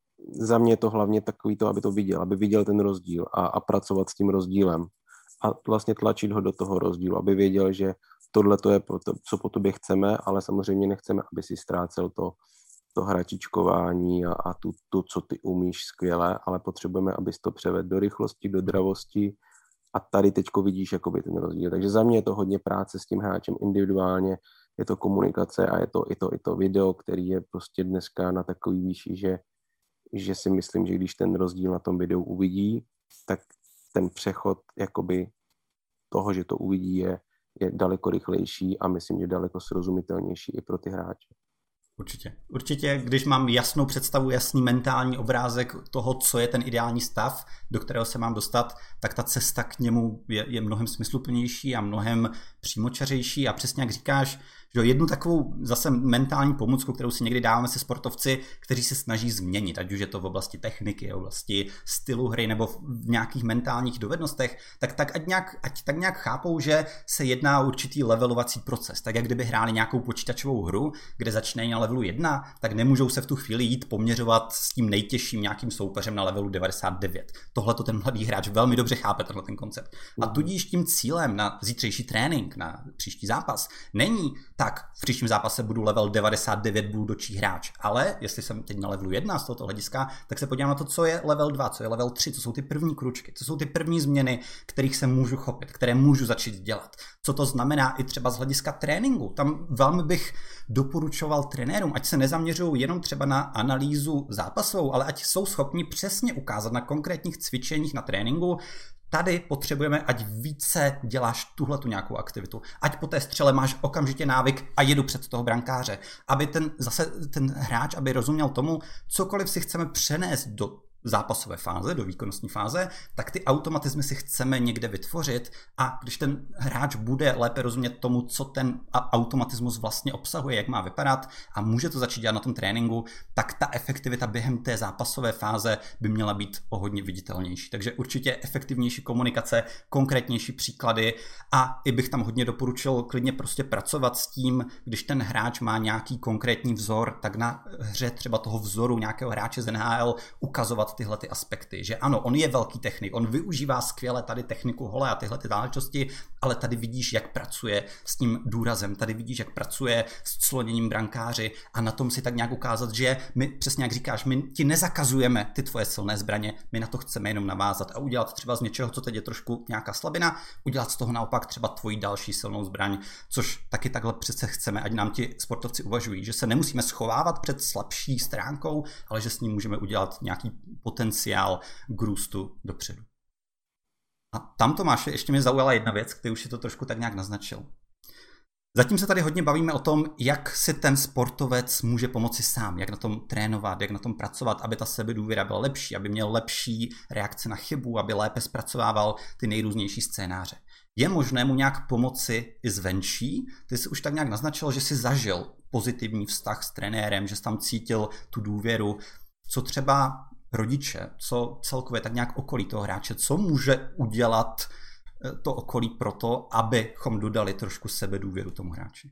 za mě je to hlavně takový to, aby to viděl, aby viděl ten rozdíl a, a pracovat s tím rozdílem a vlastně tlačit ho do toho rozdílu, aby věděl, že tohle to je, co po tobě chceme, ale samozřejmě nechceme, aby si ztrácel to, to hračičkování a, a tu, tu, co ty umíš skvěle, ale potřebujeme, abys to převedl do rychlosti, do dravosti a tady teďko vidíš jakoby ten rozdíl. Takže za mě je to hodně práce s tím hráčem individuálně, je to komunikace a je to i to, i to video, který je prostě dneska na takový výši, že, že si myslím, že když ten rozdíl na tom videu uvidí, tak ten přechod jakoby toho, že to uvidí, je, je daleko rychlejší a myslím, že daleko srozumitelnější i pro ty hráče. Určitě. Určitě, když mám jasnou představu, jasný mentální obrázek toho, co je ten ideální stav, do kterého se mám dostat, tak ta cesta k němu je, je mnohem smysluplnější a mnohem přímočařejší a přesně jak říkáš, že jednu takovou zase mentální pomůcku, kterou si někdy dáváme se sportovci, kteří se snaží změnit, ať už je to v oblasti techniky, v oblasti stylu hry nebo v nějakých mentálních dovednostech, tak, tak ať, nějak, ať tak nějak chápou, že se jedná o určitý levelovací proces. Tak jak kdyby hráli nějakou počítačovou hru, kde začínají na levelu jedna, tak nemůžou se v tu chvíli jít poměřovat s tím nejtěžším nějakým soupeřem na levelu devadesát devět. Tohle to ten mladý hráč velmi dobře chápe, tenhle ten koncept. A tudíž tím cílem na zítřejší trénink, na příští zápas, není tak v příštím zápase budu level devadesát devět buldočí hráč, ale jestli jsem teď na levelu jedna z tohoto hlediska, tak se podívám na to, co je level dva, co je level tři, co jsou ty první kručky, co jsou ty první změny, kterých se můžu chopit, které můžu začít dělat. Co to znamená i třeba z hlediska tréninku. Tam velmi bych doporučoval trenérům, ať se nezaměřují jenom třeba na analýzu zápasovou, ale ať jsou schopni přesně ukázat na konkrétních cvičeních na tréninku. Tady potřebujeme, ať více děláš tuhletu nějakou aktivitu. Ať po té střele máš okamžitě návyk a jedu před toho brankáře. Aby ten, zase ten hráč, aby rozuměl tomu, cokoliv si chceme přenést do zápasové fáze, do výkonnostní fáze, tak ty automatizmy si chceme někde vytvořit a když ten hráč bude lépe rozumět tomu, co ten automatismus vlastně obsahuje, jak má vypadat a může to začít dělat na tom tréninku, tak ta efektivita během té zápasové fáze by měla být o hodně viditelnější. Takže určitě efektivnější komunikace, konkrétnější příklady a i bych tam hodně doporučil klidně prostě pracovat s tím, když ten hráč má nějaký konkrétní vzor, tak na hře třeba toho vzoru nějakého hráče z N H L ukazovat tyhle ty aspekty, že ano, on je velký technik, on využívá skvěle tady techniku hole a tyhle ty záležitosti, ale tady vidíš, jak pracuje s tím důrazem, tady vidíš, jak pracuje s cloněním brankáři a na tom si tak nějak ukázat, že my, přesně jak říkáš, my ti nezakazujeme ty tvoje silné zbraně, my na to chceme jenom navázat a udělat třeba z něčeho, co teď je trošku nějaká slabina, udělat z toho naopak třeba tvoji další silnou zbraň, což taky takhle přece chceme, ať nám ti sportovci uvažují, že se nemusíme schovávat před slabší stránkou, ale že s ním můžeme udělat nějaký potenciál k růstu dopředu. A tam, Tomáše, ještě mě zaujala jedna věc, který už si to trošku tak nějak naznačil. Zatím se tady hodně bavíme o tom, jak si ten sportovec může pomoci sám, jak na tom trénovat, jak na tom pracovat, aby ta sebedůvěra byla lepší, aby měl lepší reakce na chybu, aby lépe zpracovával ty nejrůznější scénáře. Je možné mu nějak pomoci i zvenčí? Ty jsi už tak nějak naznačil, že jsi zažil pozitivní vztah s trenérem, že jsi tam cítil tu důvěru. Co třeba rodiče, co celkově tak nějak okolí toho hráče, co může udělat to okolí pro to, abychom dodali trošku sebedůvěru tomu hráči?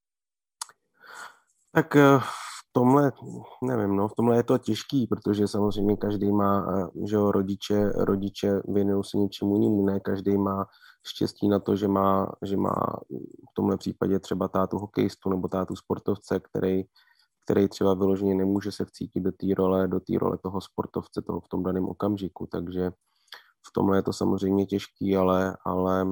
Tak v tomhle, nevím, no, v tomhle je to těžký, protože samozřejmě každý má, že jo, rodiče, rodiče věnují se něčemu jinému, ne každý má štěstí na to, že má, že má v tomhle případě třeba tátu hokejistu nebo tátu sportovce, který který třeba vyloženě nemůže se vcítit do té role, do té role toho sportovce toho v tom daném okamžiku, takže v tomhle je to samozřejmě těžký, ale, ale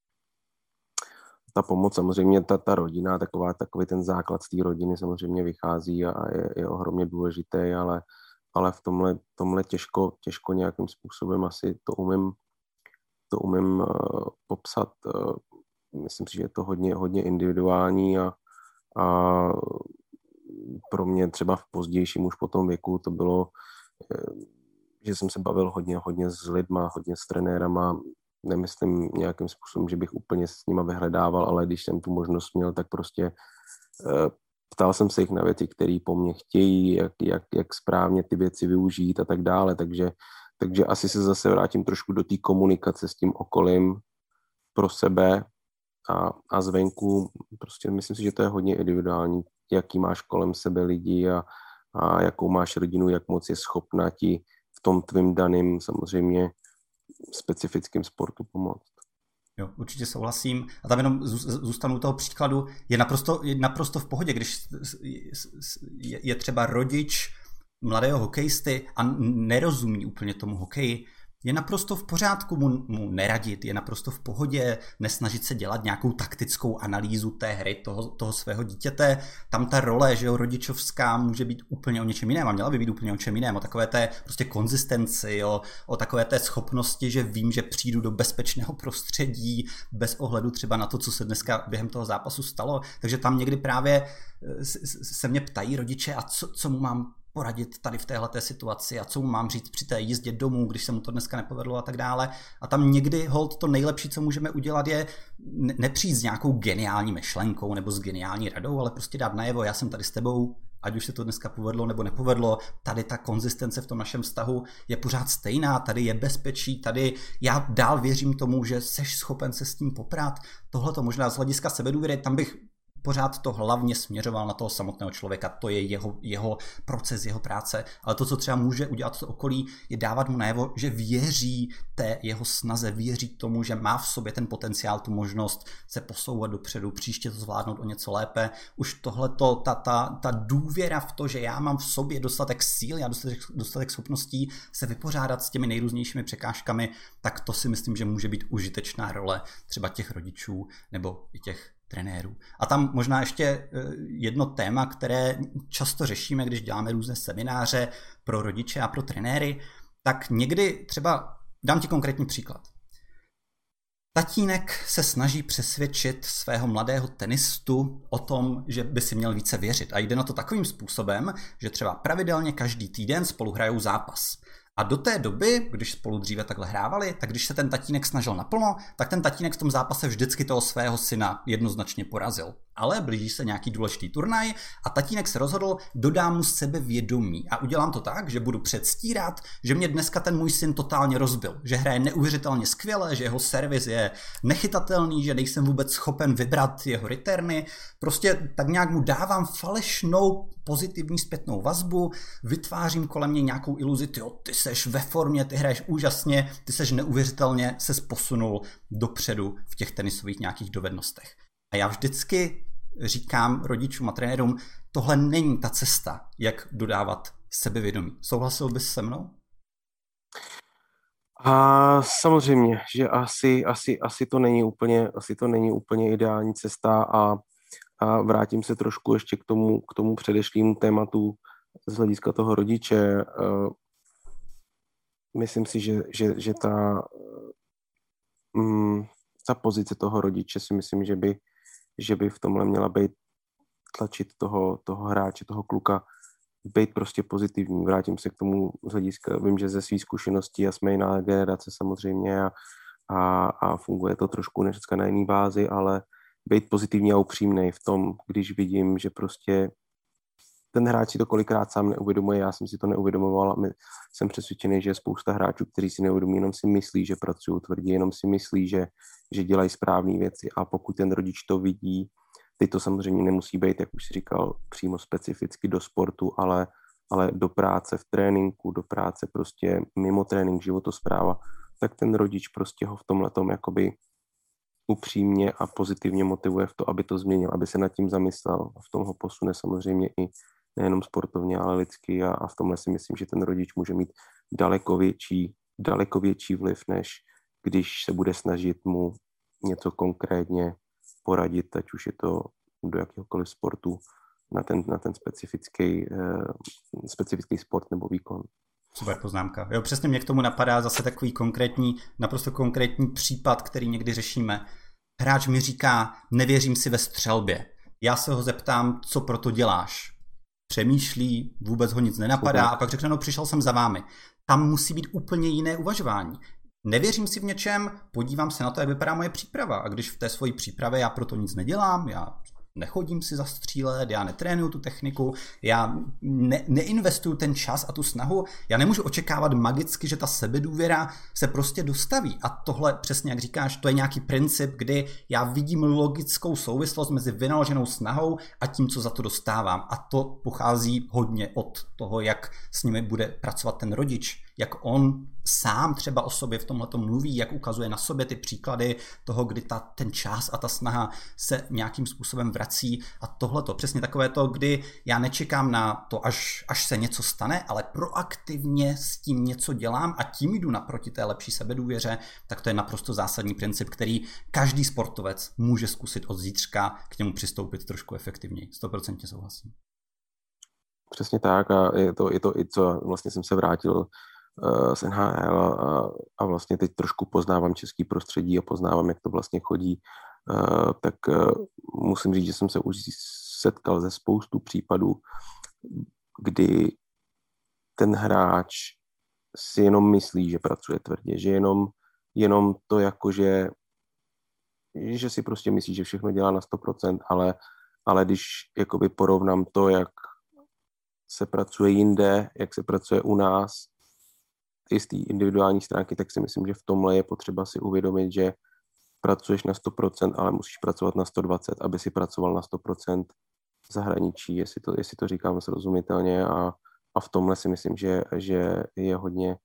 ta pomoc samozřejmě, ta, ta rodina, taková, takový ten základ z té rodiny samozřejmě vychází a je, je ohromně důležitý, ale, ale v tomhle, tomhle těžko, těžko nějakým způsobem asi to umím, to umím uh, popsat. Uh, myslím si, že je to hodně, hodně individuální a, a pro mě třeba v pozdějším už po tom věku to bylo, že jsem se bavil hodně, hodně s lidma, hodně s trenérama. Nemyslím nějakým způsobem, že bych úplně s nima vyhledával, ale když jsem tu možnost měl, tak prostě ptal jsem se jich na věci, které po mně chtějí, jak, jak, jak správně ty věci využít a tak dále, takže, takže asi se zase vrátím trošku do té komunikace s tím okolím pro sebe a, a zvenku. Prostě myslím si, že to je hodně individuální, jaký máš kolem sebe lidi a, a jakou máš rodinu, jak moc je schopná ti v tom tvým daným samozřejmě specifickým sportu pomoct. Jo, určitě souhlasím. A tam jenom zůstanu u toho příkladu. Je naprosto, je naprosto v pohodě, když je třeba rodič mladého hokejisty a nerozumí úplně tomu hokeji. Je naprosto v pořádku mu, mu neradit, je naprosto v pohodě nesnažit se dělat nějakou taktickou analýzu té hry toho, toho svého dítěte. Tam ta role, že jo, rodičovská může být úplně o něčem jiném a měla by být úplně o něčem jiném, o takové té prostě konzistenci, o, o takové té schopnosti, že vím, že přijdu do bezpečného prostředí bez ohledu třeba na to, co se dneska během toho zápasu stalo. Takže tam někdy právě se mě ptají rodiče, a co, co mu mám poradit tady v téhleté situaci a co mu mám říct při té jízdě domů, když se mu to dneska nepovedlo a tak dále. A tam někdy hold to nejlepší, co můžeme udělat, je nepřijít s nějakou geniální myšlenkou nebo s geniální radou, ale prostě dát najevo, já jsem tady s tebou, ať už se to dneska povedlo nebo nepovedlo, tady ta konzistence v tom našem vztahu je pořád stejná, tady je bezpečí, tady já dál věřím tomu, že seš schopen se s tím poprat. Tohle to možná z hlediska sebedůvěry, tam bych pořád to hlavně směřoval na toho samotného člověka, to je jeho, jeho proces, jeho práce, ale to, co třeba může udělat to okolí, je dávat mu najevo, že věří té jeho snaze, věří tomu, že má v sobě ten potenciál, tu možnost se posouvat dopředu, příště to zvládnout o něco lépe. Už tohleto, ta, ta, ta důvěra v to, že já mám v sobě dostatek síly a dostatek, dostatek schopností se vypořádat s těmi nejrůznějšími překážkami, tak to si myslím, že může být užitečná role třeba těch rodičů nebo i těch trenérů. A tam možná ještě jedno téma, které často řešíme, když děláme různé semináře pro rodiče a pro trenéry, tak někdy třeba, dám ti konkrétní příklad. Tatínek se snaží přesvědčit svého mladého tenistu o tom, že by si měl více věřit. A jde na to takovým způsobem, že třeba pravidelně každý týden spolu hrajou zápas. A do té doby, když spolu dříve takhle hrávali, tak když se ten tatínek snažil naplno, tak ten tatínek v tom zápase vždycky toho svého syna jednoznačně porazil. Ale blíží se nějaký důležitý turnaj a tatínek se rozhodl, dodám mu sebevědomí a udělám to tak, že budu předstírat, že mě dneska ten můj syn totálně rozbil, že hraje neuvěřitelně skvěle, že jeho servis je nechytatelný, že nejsem vůbec schopen vybrat jeho returny. Prostě tak nějak mu dávám falešnou pozitivní zpětnou vazbu, vytvářím kolem něj nějakou iluzi, tyjo, ty seš ve formě, ty hraješ úžasně, ty seš neuvěřitelně, ses posunul dopředu v těch tenisových nějakých dovednostech. A já vždycky říkám rodičům a trenérům, tohle není ta cesta, jak dodávat sebevědomí. Souhlasil bys se mnou? A samozřejmě, že asi, asi, asi, to není úplně, asi to není úplně ideální cesta a, a vrátím se trošku ještě k tomu, k tomu předešlému tématu z hlediska toho rodiče. Myslím si, že, že, že ta, mm, ta pozice toho rodiče si myslím, že by že by v tomhle měla být tlačit toho, toho hráče, toho kluka, být prostě pozitivní. Vrátím se k tomu z hlediska, vím, že ze svých zkušeností a jsme jiná generace samozřejmě a, a, a funguje to trošku dneska na jiný bázi, ale být pozitivní a upřímnej v tom, když vidím, že prostě ten hráč si to kolikrát sám neuvědomuje, já jsem si to neuvědomoval a my, jsem přesvědčený, že je spousta hráčů, kteří si neuvědomí, jenom si myslí, že pracují tvrdě, jenom si myslí, že, že dělají správné věci a pokud ten rodič to vidí, teď to samozřejmě nemusí být, jak už si říkal, přímo specificky do sportu, ale, ale do práce v tréninku, do práce prostě mimo trénink, životospráva, tak ten rodič prostě ho v tomhletom jakoby upřímně a pozitivně motivuje v to, aby to změnil, aby se nad tím zamyslel a v tom ho posune samozřejmě i nejenom sportovně, ale lidsky a, a v tomhle si myslím, že ten rodič může mít daleko větší, daleko větší vliv, než když se bude snažit mu něco konkrétně poradit, ať už je to do jakéhokoliv sportu na ten, na ten specifický, uh, specifický sport nebo výkon. Super poznámka. Jo, přesně mě k tomu napadá zase takový konkrétní, naprosto konkrétní případ, který někdy řešíme. Hráč mi říká, nevěřím si ve střelbě. Já se ho zeptám, co pro to děláš. Přemýšlí, vůbec ho nic nenapadá Super. A pak řekne, no přišel jsem za vámi. Tam musí být úplně jiné uvažování. Nevěřím si v něčem, podívám se na to, jak vypadá moje příprava. A když v té svojí přípravě já proto nic nedělám, já nechodím si zastřílet, já netrénuju tu techniku, já ne, neinvestuju ten čas a tu snahu, já nemůžu očekávat magicky, že ta sebedůvěra se prostě dostaví. A tohle, přesně jak říkáš, to je nějaký princip, kdy já vidím logickou souvislost mezi vynaloženou snahou a tím, co za to dostávám. A to pochází hodně od toho, jak s nimi bude pracovat ten rodič, jak on sám třeba o sobě v tomhletom mluví, jak ukazuje na sobě ty příklady toho, kdy ta, ten čas a ta snaha se nějakým způsobem vrací. A tohleto, přesně takové to, kdy já nečekám na to, až, až se něco stane, ale proaktivně s tím něco dělám a tím jdu naproti té lepší sebedůvěře, tak to je naprosto zásadní princip, který každý sportovec může zkusit od zítřka k němu přistoupit trošku efektivněji. Stoprocentně souhlasím. Přesně tak a je to, je to i co, vlastně jsem se vrátil z N H L a, a vlastně teď trošku poznávám český prostředí a poznávám, jak to vlastně chodí, tak musím říct, že jsem se už setkal ze spoustu případů, kdy ten hráč si jenom myslí, že pracuje tvrdě, že jenom, jenom to jako, že, že si prostě myslí, že všechno dělá na sto procent, ale, ale když jakoby porovnám to, jak se pracuje jinde, jak se pracuje u nás, i z té individuální stránky, tak si myslím, že v tomhle je potřeba si uvědomit, že pracuješ na sto procent, ale musíš pracovat na sto dvacet, aby si pracoval na sto procent v zahraničí, jestli to, jestli to říkám srozumitelně a, a v tomhle si myslím, že, že je hodně,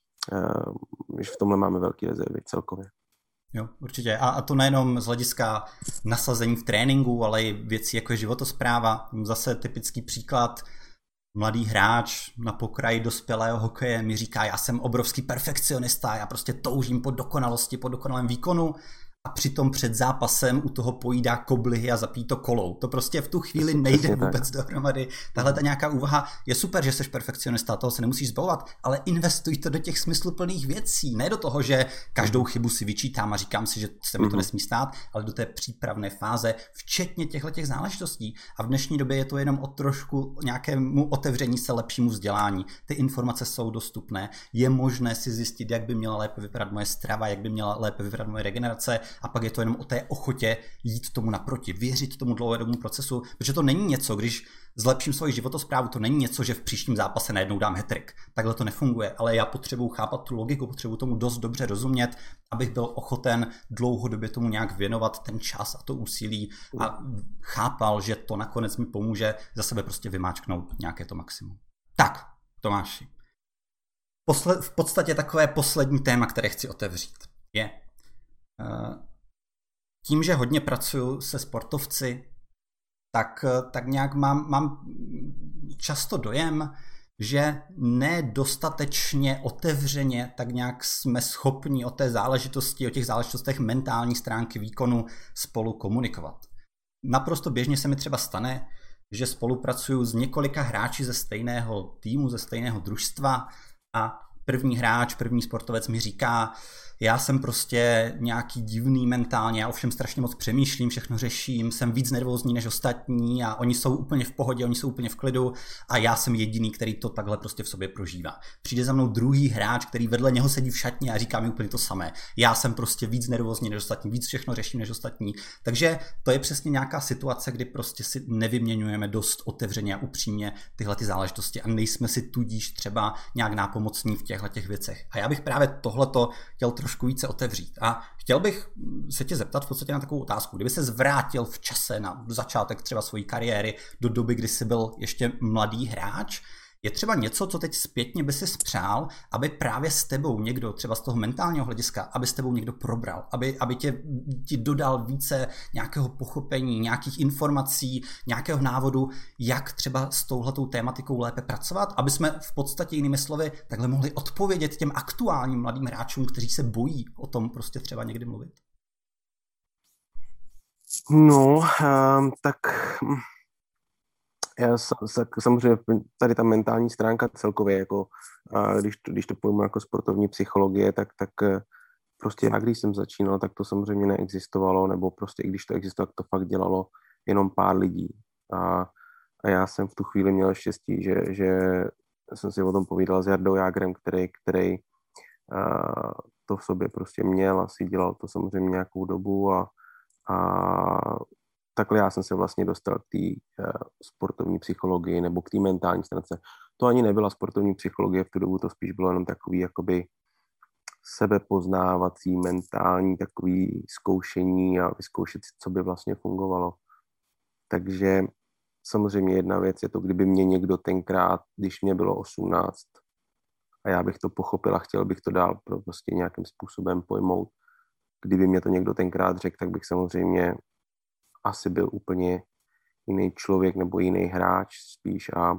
uh, že v tomhle máme velký rezervy celkově. Jo, určitě. A, a to nejenom z hlediska nasazení v tréninku, ale i věcí jako je životospráva. Zase typický příklad. Mladý hráč na pokraji dospělého hokeje mi říká, já jsem obrovský perfekcionista, já prostě toužím po dokonalosti, po dokonalém výkonu a přitom před zápasem u toho pojídá koblihy a zapíjí to kolou. To prostě v tu chvíli nejde vůbec dohromady. Tahle ta nějaká úvaha je super, že jsi perfekcionista, toho se nemusíš zbavovat, ale investuj to do těch smysluplných věcí, ne do toho, že každou chybu si vyčítám a říkám si, že se mi to nesmí stát, ale do té přípravné fáze, včetně těchto těch záležitostí. A v dnešní době je to jenom o trošku nějakému otevření se lepšímu vzdělání. Ty informace jsou dostupné, je možné si zjistit, jak by měla lépe vypadat moje strava, jak by měla lépe vypadat moje regenerace. A pak je to jenom o té ochotě jít tomu naproti, věřit tomu dlouhodobému procesu, protože to není něco, když zlepším svoji životosprávu, to není něco, že v příštím zápase najednou dám hat-trick. Takhle to nefunguje, ale já potřebuji chápat tu logiku, potřebuji tomu dost dobře rozumět, abych byl ochoten dlouhodobě tomu nějak věnovat ten čas a to úsilí a chápal, že to nakonec mi pomůže za sebe prostě vymáčknout nějaké to maximum. Tak, Tomáši. Posle- v podstatě takové poslední téma, které chci otevřít, je uh, tím, že hodně pracuji se sportovci, tak, tak nějak mám, mám často dojem, že nedostatečně otevřeně tak nějak jsme schopni o té záležitosti, o těch záležitostech mentální stránky výkonu spolu komunikovat. Naprosto běžně se mi třeba stane, že spolupracuju s několika hráči ze stejného týmu, ze stejného družstva a první hráč, první sportovec mi říká, já jsem prostě nějaký divný mentálně, já ovšem strašně moc přemýšlím, všechno řeším, jsem víc nervózní než ostatní a oni jsou úplně v pohodě, oni jsou úplně v klidu a já jsem jediný, který to takhle prostě v sobě prožívá. Přijde za mnou druhý hráč, který vedle něho sedí v šatně a říká mi úplně to samé. Já jsem prostě víc nervózní než ostatní, víc všechno řeším než ostatní. Takže to je přesně nějaká situace, kdy prostě si nevyměňujeme dost otevřeně a upřímně tyhle ty záležitosti a nejsme si tudíž třeba nějak nápomocní v těchto těch věcech. A já bych právě tohleto chtěl trošku více otevřít. A chtěl bych se tě zeptat v podstatě na takovou otázku. Kdyby se zvrátil v čase na začátek třeba své kariéry do doby, kdy jsi byl ještě mladý hráč, je třeba něco, co teď zpětně by si spřál, aby právě s tebou někdo, třeba z toho mentálního hlediska, aby s tebou někdo probral, aby, aby tě, ti dodal více nějakého pochopení, nějakých informací, nějakého návodu, jak třeba s touhletou tématikou lépe pracovat, aby jsme v podstatě jinými slovy takhle mohli odpovědět těm aktuálním mladým hráčům, kteří se bojí o tom prostě třeba někdy mluvit. No, um, tak... Já samozřejmě tady ta mentální stránka celkově, jako, když, to, když to pojmu jako sportovní psychologie, tak, tak prostě já, když jsem začínal, tak to samozřejmě neexistovalo, nebo prostě i když to existovalo, tak to fakt dělalo jenom pár lidí. A, a já jsem v tu chvíli měl štěstí, že, že jsem si o tom povídal s Jardou Jágrem, který, který to v sobě prostě měl, asi dělal to samozřejmě nějakou dobu a, a takhle já jsem se vlastně dostal k té uh, sportovní psychologii nebo k té mentální stránce. To ani nebyla sportovní psychologie, v tu dobu to spíš bylo jenom takový jakoby sebepoznávací, mentální takový zkoušení a vyzkoušet si, co by vlastně fungovalo. Takže samozřejmě jedna věc je to, kdyby mě někdo tenkrát, když mě bylo osmnáct a já bych to pochopil a chtěl bych to dál prostě nějakým způsobem pojmout, kdyby mě to někdo tenkrát řekl, tak bych samozřejmě asi byl úplně jiný člověk nebo jiný hráč spíš a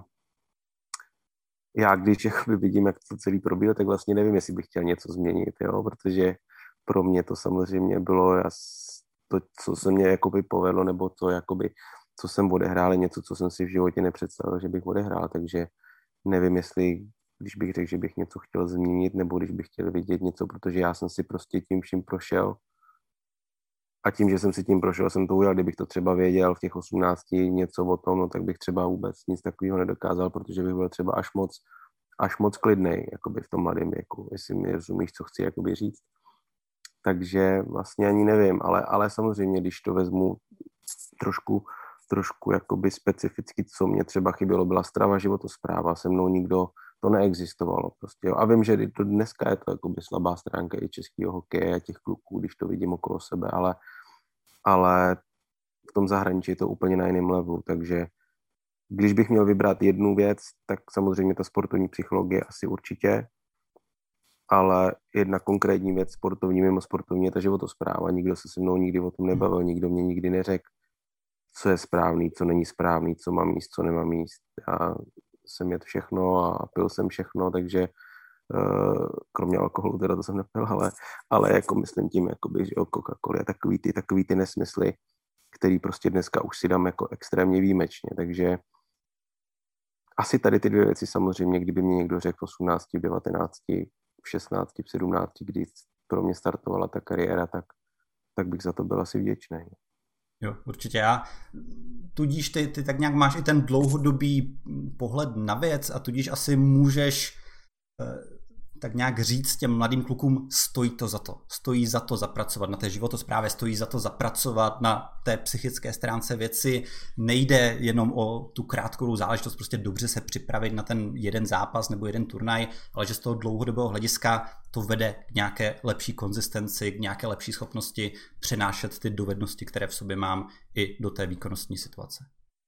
já když jakoby vidím, jak to celý probíhá, tak vlastně nevím, jestli bych chtěl něco změnit, jo, protože pro mě to samozřejmě bylo to, co se mě jakoby povedlo, nebo to, jakoby, co jsem odehrál, něco, co jsem si v životě nepředstavil, že bych odehrál, takže nevím, jestli když bych řekl, že bych něco chtěl změnit, nebo když bych chtěl vidět něco, protože já jsem si prostě tím vším prošel a tím, že jsem si tím prošel, jsem to udělal. Kdybych to třeba věděl v těch osmnácti něco o tom, no, tak bych třeba vůbec nic takového nedokázal, protože bych byl třeba až moc, až moc klidnej, jakoby v tom mladém věku, jestli mi rozumíš, co chci jakoby říct. Takže vlastně ani nevím, ale, ale samozřejmě, když to vezmu trošku, trošku jakoby specificky, co mě třeba chybělo, byla strava, životospráva, se mnou nikdo, to neexistovalo prostě. Jo. A vím, že to dneska je to jakoby slabá stránka i českého hokeje a těch kluků, když to vidím okolo sebe, ale, ale v tom zahraničí je to úplně na jiném levelu, takže když bych měl vybrat jednu věc, tak samozřejmě ta sportovní psychologie asi určitě, ale jedna konkrétní věc sportovní, mimo sportovní je ta životospráva. Nikdo se se mnou nikdy o tom nebavil, nikdo mě nikdy neřekl, co je správný, co není správný, co mám jíst, co nemám jíst. Já jsem jedl všechno a pil jsem všechno, takže uh, kromě alkoholu, teda to jsem nepil, ale, ale jako myslím tím, jakoby, že Coca-Cola je takový ty, takový ty nesmysly, který prostě dneska už si dám jako extrémně výjimečně, takže asi tady ty dvě věci samozřejmě, kdyby mě někdo řekl v osmnácti, v devatenácti, v šestnácti, v sedmnácti, kdy pro mě startovala ta kariéra, tak, tak bych za to byl asi vděčný. Jo, určitě já. Tudíž ty, ty tak nějak máš i ten dlouhodobý pohled na věc a tudíž asi můžeš eh, tak nějak říct těm mladým klukům, stojí to za to. Stojí za to zapracovat na té životosprávě, stojí za to zapracovat na té psychické stránce věci. Nejde jenom o tu krátkou záležitost, prostě dobře se připravit na ten jeden zápas nebo jeden turnaj, ale že z toho dlouhodobého hlediska to vede k nějaké lepší konzistenci, k nějaké lepší schopnosti přenášet ty dovednosti, které v sobě mám, i do té výkonnostní situace.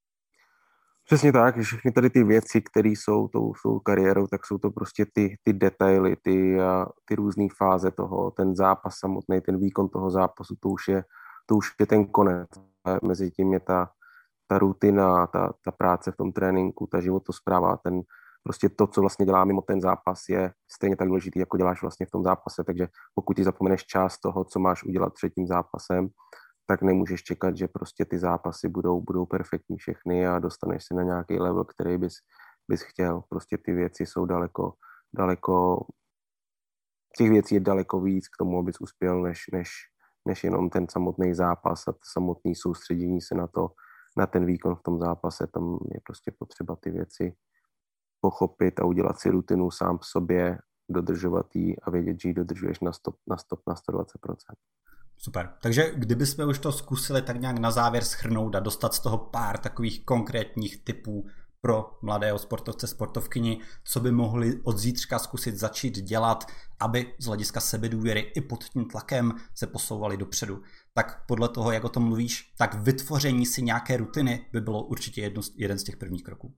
Přesně tak, že všechny tady ty věci, které jsou tou svou kariérou, tak jsou to prostě ty, ty detaily, ty, ty různé fáze toho, ten zápas samotný, ten výkon toho zápasu, to už je, to už je ten konec. A mezi tím je ta, ta rutina, ta, ta práce v tom tréninku, ta životospráva, ten prostě to, co vlastně dělá mimo ten zápas, je stejně tak důležitý, jako děláš vlastně v tom zápase. Takže pokud ti zapomeneš část toho, co máš udělat před tím zápasem, tak nemůžeš čekat, že prostě ty zápasy budou, budou perfektní všechny a dostaneš se na nějaký level, který bys, bys chtěl. Prostě ty věci jsou daleko, daleko, těch věcí je daleko víc k tomu, abys uspěl, než, než, než jenom ten samotný zápas a samotný soustředění se na to, na ten výkon v tom zápase. Tam je prostě potřeba ty věci pochopit a udělat si rutinu sám v sobě, dodržovat ji a vědět, že ji dodržuješ na sto, na sto, na sto dvacet procent. Super. Takže kdybychom už to zkusili tak nějak na závěr shrnout a dostat z toho pár takových konkrétních tipů pro mladého sportovce, sportovkyni, co by mohli od zítřka zkusit začít dělat, aby z hlediska sebedůvěry i pod tím tlakem se posouvali dopředu. Tak podle toho, jak o tom mluvíš, tak vytvoření si nějaké rutiny by bylo určitě jedno, jeden z těch prvních kroků.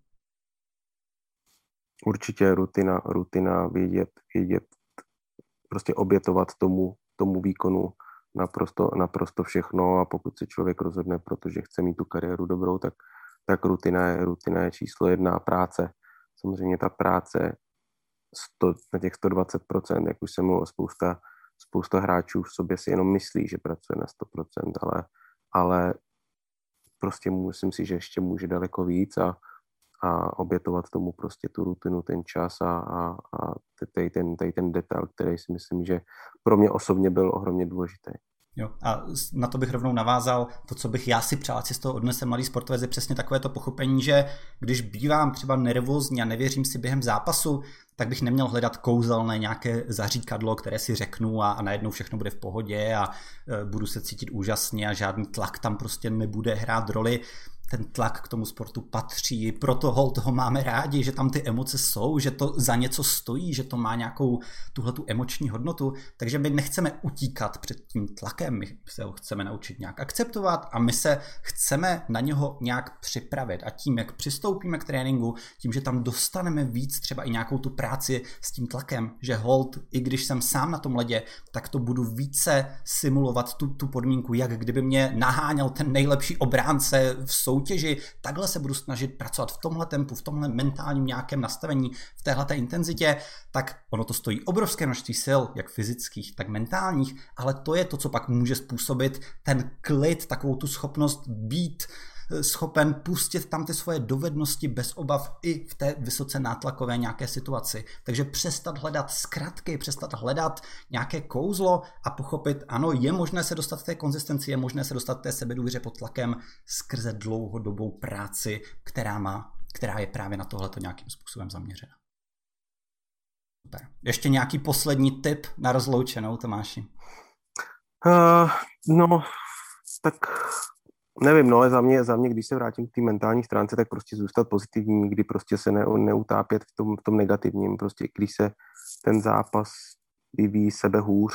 Určitě rutina, rutina vědět, vědět, prostě obětovat tomu, tomu výkonu naprosto, naprosto všechno a pokud se člověk rozhodne, protože chce mít tu kariéru dobrou, tak, tak rutina, je, rutina je číslo jedna. Práce. Samozřejmě ta práce sto, na těch sto dvacet procent, jak už jsem mluvil, spousta, spousta hráčů v sobě si jenom myslí, že pracuje na sto procent, ale, ale prostě myslím si, že ještě může daleko víc a, a obětovat tomu prostě tu rutinu, ten čas a, a, a tady ten, tady ten detail, který si myslím, že pro mě osobně byl ohromně důležitý. Jo, a na to bych rovnou navázal, to, co bych já si přál, ať si z toho odnese mladý sportovec, je přesně takové to pochopení, že když bývám třeba nervózní a nevěřím si během zápasu, tak bych neměl hledat kouzelné nějaké zaříkadlo, které si řeknu a, a najednou všechno bude v pohodě a e, budu se cítit úžasně a žádný tlak tam prostě nebude hrát roli. Ten tlak k tomu sportu patří, proto hol toho máme rádi, že tam ty emoce jsou, že to za něco stojí, že to má nějakou tuhletu emoční hodnotu, takže my nechceme utíkat před tím tlakem, my se ho chceme naučit nějak akceptovat a my se chceme na něho nějak připravit a tím, jak přistoupíme k tréninku, tím, že tam dostaneme víc třeba i nějakou tu práci s tím tlakem, že hold, i když jsem sám na tom ledě, tak to budu více simulovat tu, tu podmínku, jak kdyby mě naháněl ten nejlepší obránce v soutěži, takhle se budu snažit pracovat v tomhle tempu, v tomhle mentálním nějakém nastavení, v téhleté intenzitě, tak ono to stojí obrovské množství sil, jak fyzických, tak mentálních, ale to je to, co pak může způsobit ten klid, takovou tu schopnost být schopen pustit tam ty svoje dovednosti bez obav i v té vysoce nátlakové nějaké situaci. Takže přestat hledat zkratky, přestat hledat nějaké kouzlo a pochopit, ano, je možné se dostat k té konzistenci, je možné se dostat k té sebedůvěře pod tlakem skrze dlouhodobou práci, která má, která je právě na tohleto nějakým způsobem zaměřena. Super. Ještě nějaký poslední tip na rozloučenou, Tomáši? Uh, no, tak nevím, no, ale za mě, za mě, když se vrátím k té mentální stránce, tak prostě zůstat pozitivní, nikdy prostě se ne, neutápět v tom, v tom negativním, prostě když se ten zápas vyvíjí sebe hůř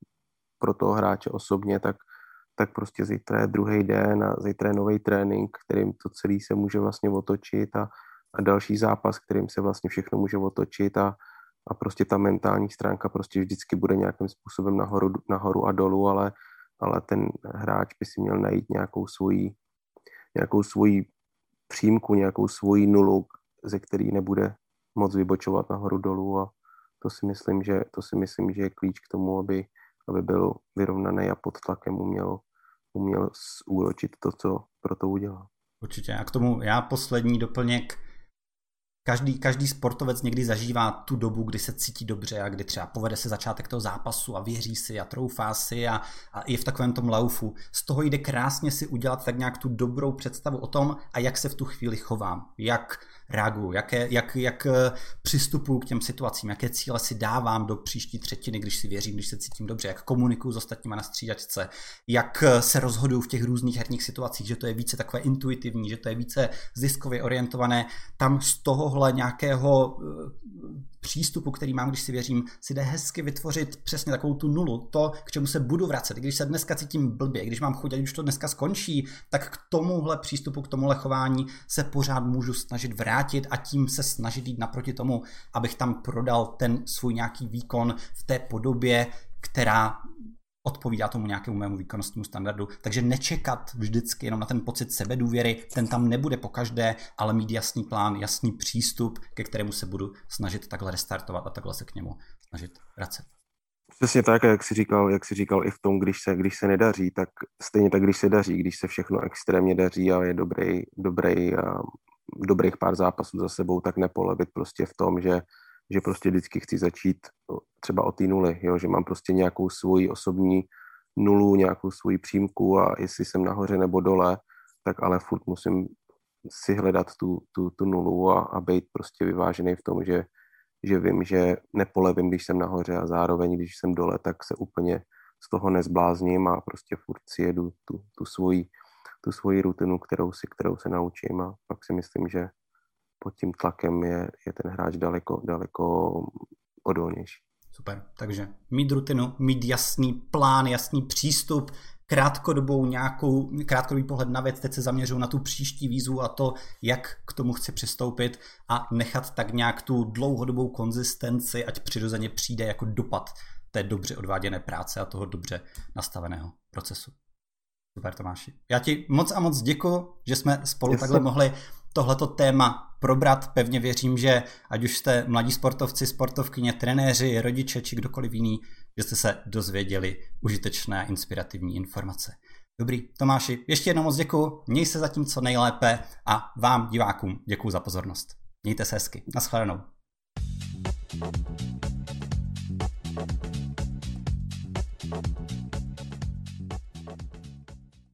pro toho hráče osobně, tak, tak prostě zítra je druhý den a zítra je nový trénink, kterým to celé se může vlastně otočit a, a další zápas, kterým se vlastně všechno může otočit a, a prostě ta mentální stránka prostě vždycky bude nějakým způsobem nahoru, nahoru a dolů, ale ale ten hráč by si měl najít nějakou svoji, nějakou svoji přímku, nějakou svoji nulu, ze který nebude moc vybočovat nahoru dolů a to si myslím, že, to si myslím, že je klíč k tomu, aby, aby byl vyrovnaný a pod tlakem uměl, uměl úročit to, co pro to udělal. Určitě. A k tomu já poslední doplněk. Každý, každý sportovec někdy zažívá tu dobu, kdy se cítí dobře a kdy třeba povede se začátek toho zápasu a věří si a troufá si a, a je v takovém tom laufu. Z toho jde krásně si udělat tak nějak tu dobrou představu o tom a jak se v tu chvíli chovám, jak reaguju, jaké, jak, jak přistupuju k těm situacím, jaké cíle si dávám do příští třetiny, když si věřím, když se cítím dobře, jak komunikuju s ostatníma na střídačce, jak se rozhoduju v těch různých herních situacích, že to je více takové intuitivní, že to je více ziskově orientované. Tam z tohohle nějakého přístupu, který mám, když si věřím, si jde hezky vytvořit přesně takovou tu nulu, to, k čemu se budu vracet. Když se dneska cítím blbě, když mám chuť, ať už to dneska skončí, tak k tomuhle přístupu, k tomuhle chování se pořád můžu snažit vrátit a tím se snažit jít naproti tomu, abych tam prodal ten svůj nějaký výkon v té podobě, která odpovídá tomu nějakému mému výkonnostnímu standardu. Takže nečekat vždycky jenom na ten pocit sebedůvěry, ten tam nebude pokaždé, ale mít jasný plán, jasný přístup, ke kterému se budu snažit takhle restartovat a takhle se k němu snažit vracet. Přesně tak, jak jsi říkal, jak jsi říkal i v tom, když se, když se nedaří, tak stejně tak, když se daří, když se všechno extrémně daří a je dobrý, dobrý, a dobrých pár zápasů za sebou, tak nepolevit prostě v tom, že že prostě vždycky chci začít třeba od té nuly, jo? Že mám prostě nějakou svoji osobní nulu, nějakou svoji přímku a jestli jsem nahoře nebo dole, tak ale furt musím si hledat tu, tu, tu nulu a, a být prostě vyvážený v tom, že, že vím, že nepolevím, když jsem nahoře a zároveň, když jsem dole, tak se úplně z toho nezblázním a prostě furt si jedu tu, tu, svoji, tu svoji rutinu, kterou si, kterou se naučím a pak si myslím, že pod tím tlakem je, je ten hráč daleko, daleko odolnější. Super, takže mít rutinu, mít jasný plán, jasný přístup, krátkodobou nějakou, krátkodobý pohled na věc, teď se zaměřuju na tu příští výzvu a to, jak k tomu chci přistoupit a nechat tak nějak tu dlouhodobou konzistenci, ať přirozeně přijde jako dopad té dobře odváděné práce a toho dobře nastaveného procesu. Super, Tomáši. Já ti moc a moc děkuji, že jsme spolu Jestli. takhle mohli tohleto téma probrat. Pevně věřím, že ať už jste mladí sportovci, sportovkyně, trenéři, rodiče či kdokoliv jiný, že jste se dozvěděli užitečné a inspirativní informace. Dobrý, Tomáši, ještě jednou moc děkuji, měj se zatím co nejlépe a vám, divákům, děkuji za pozornost. Mějte se hezky. Naschledanou. Thank you.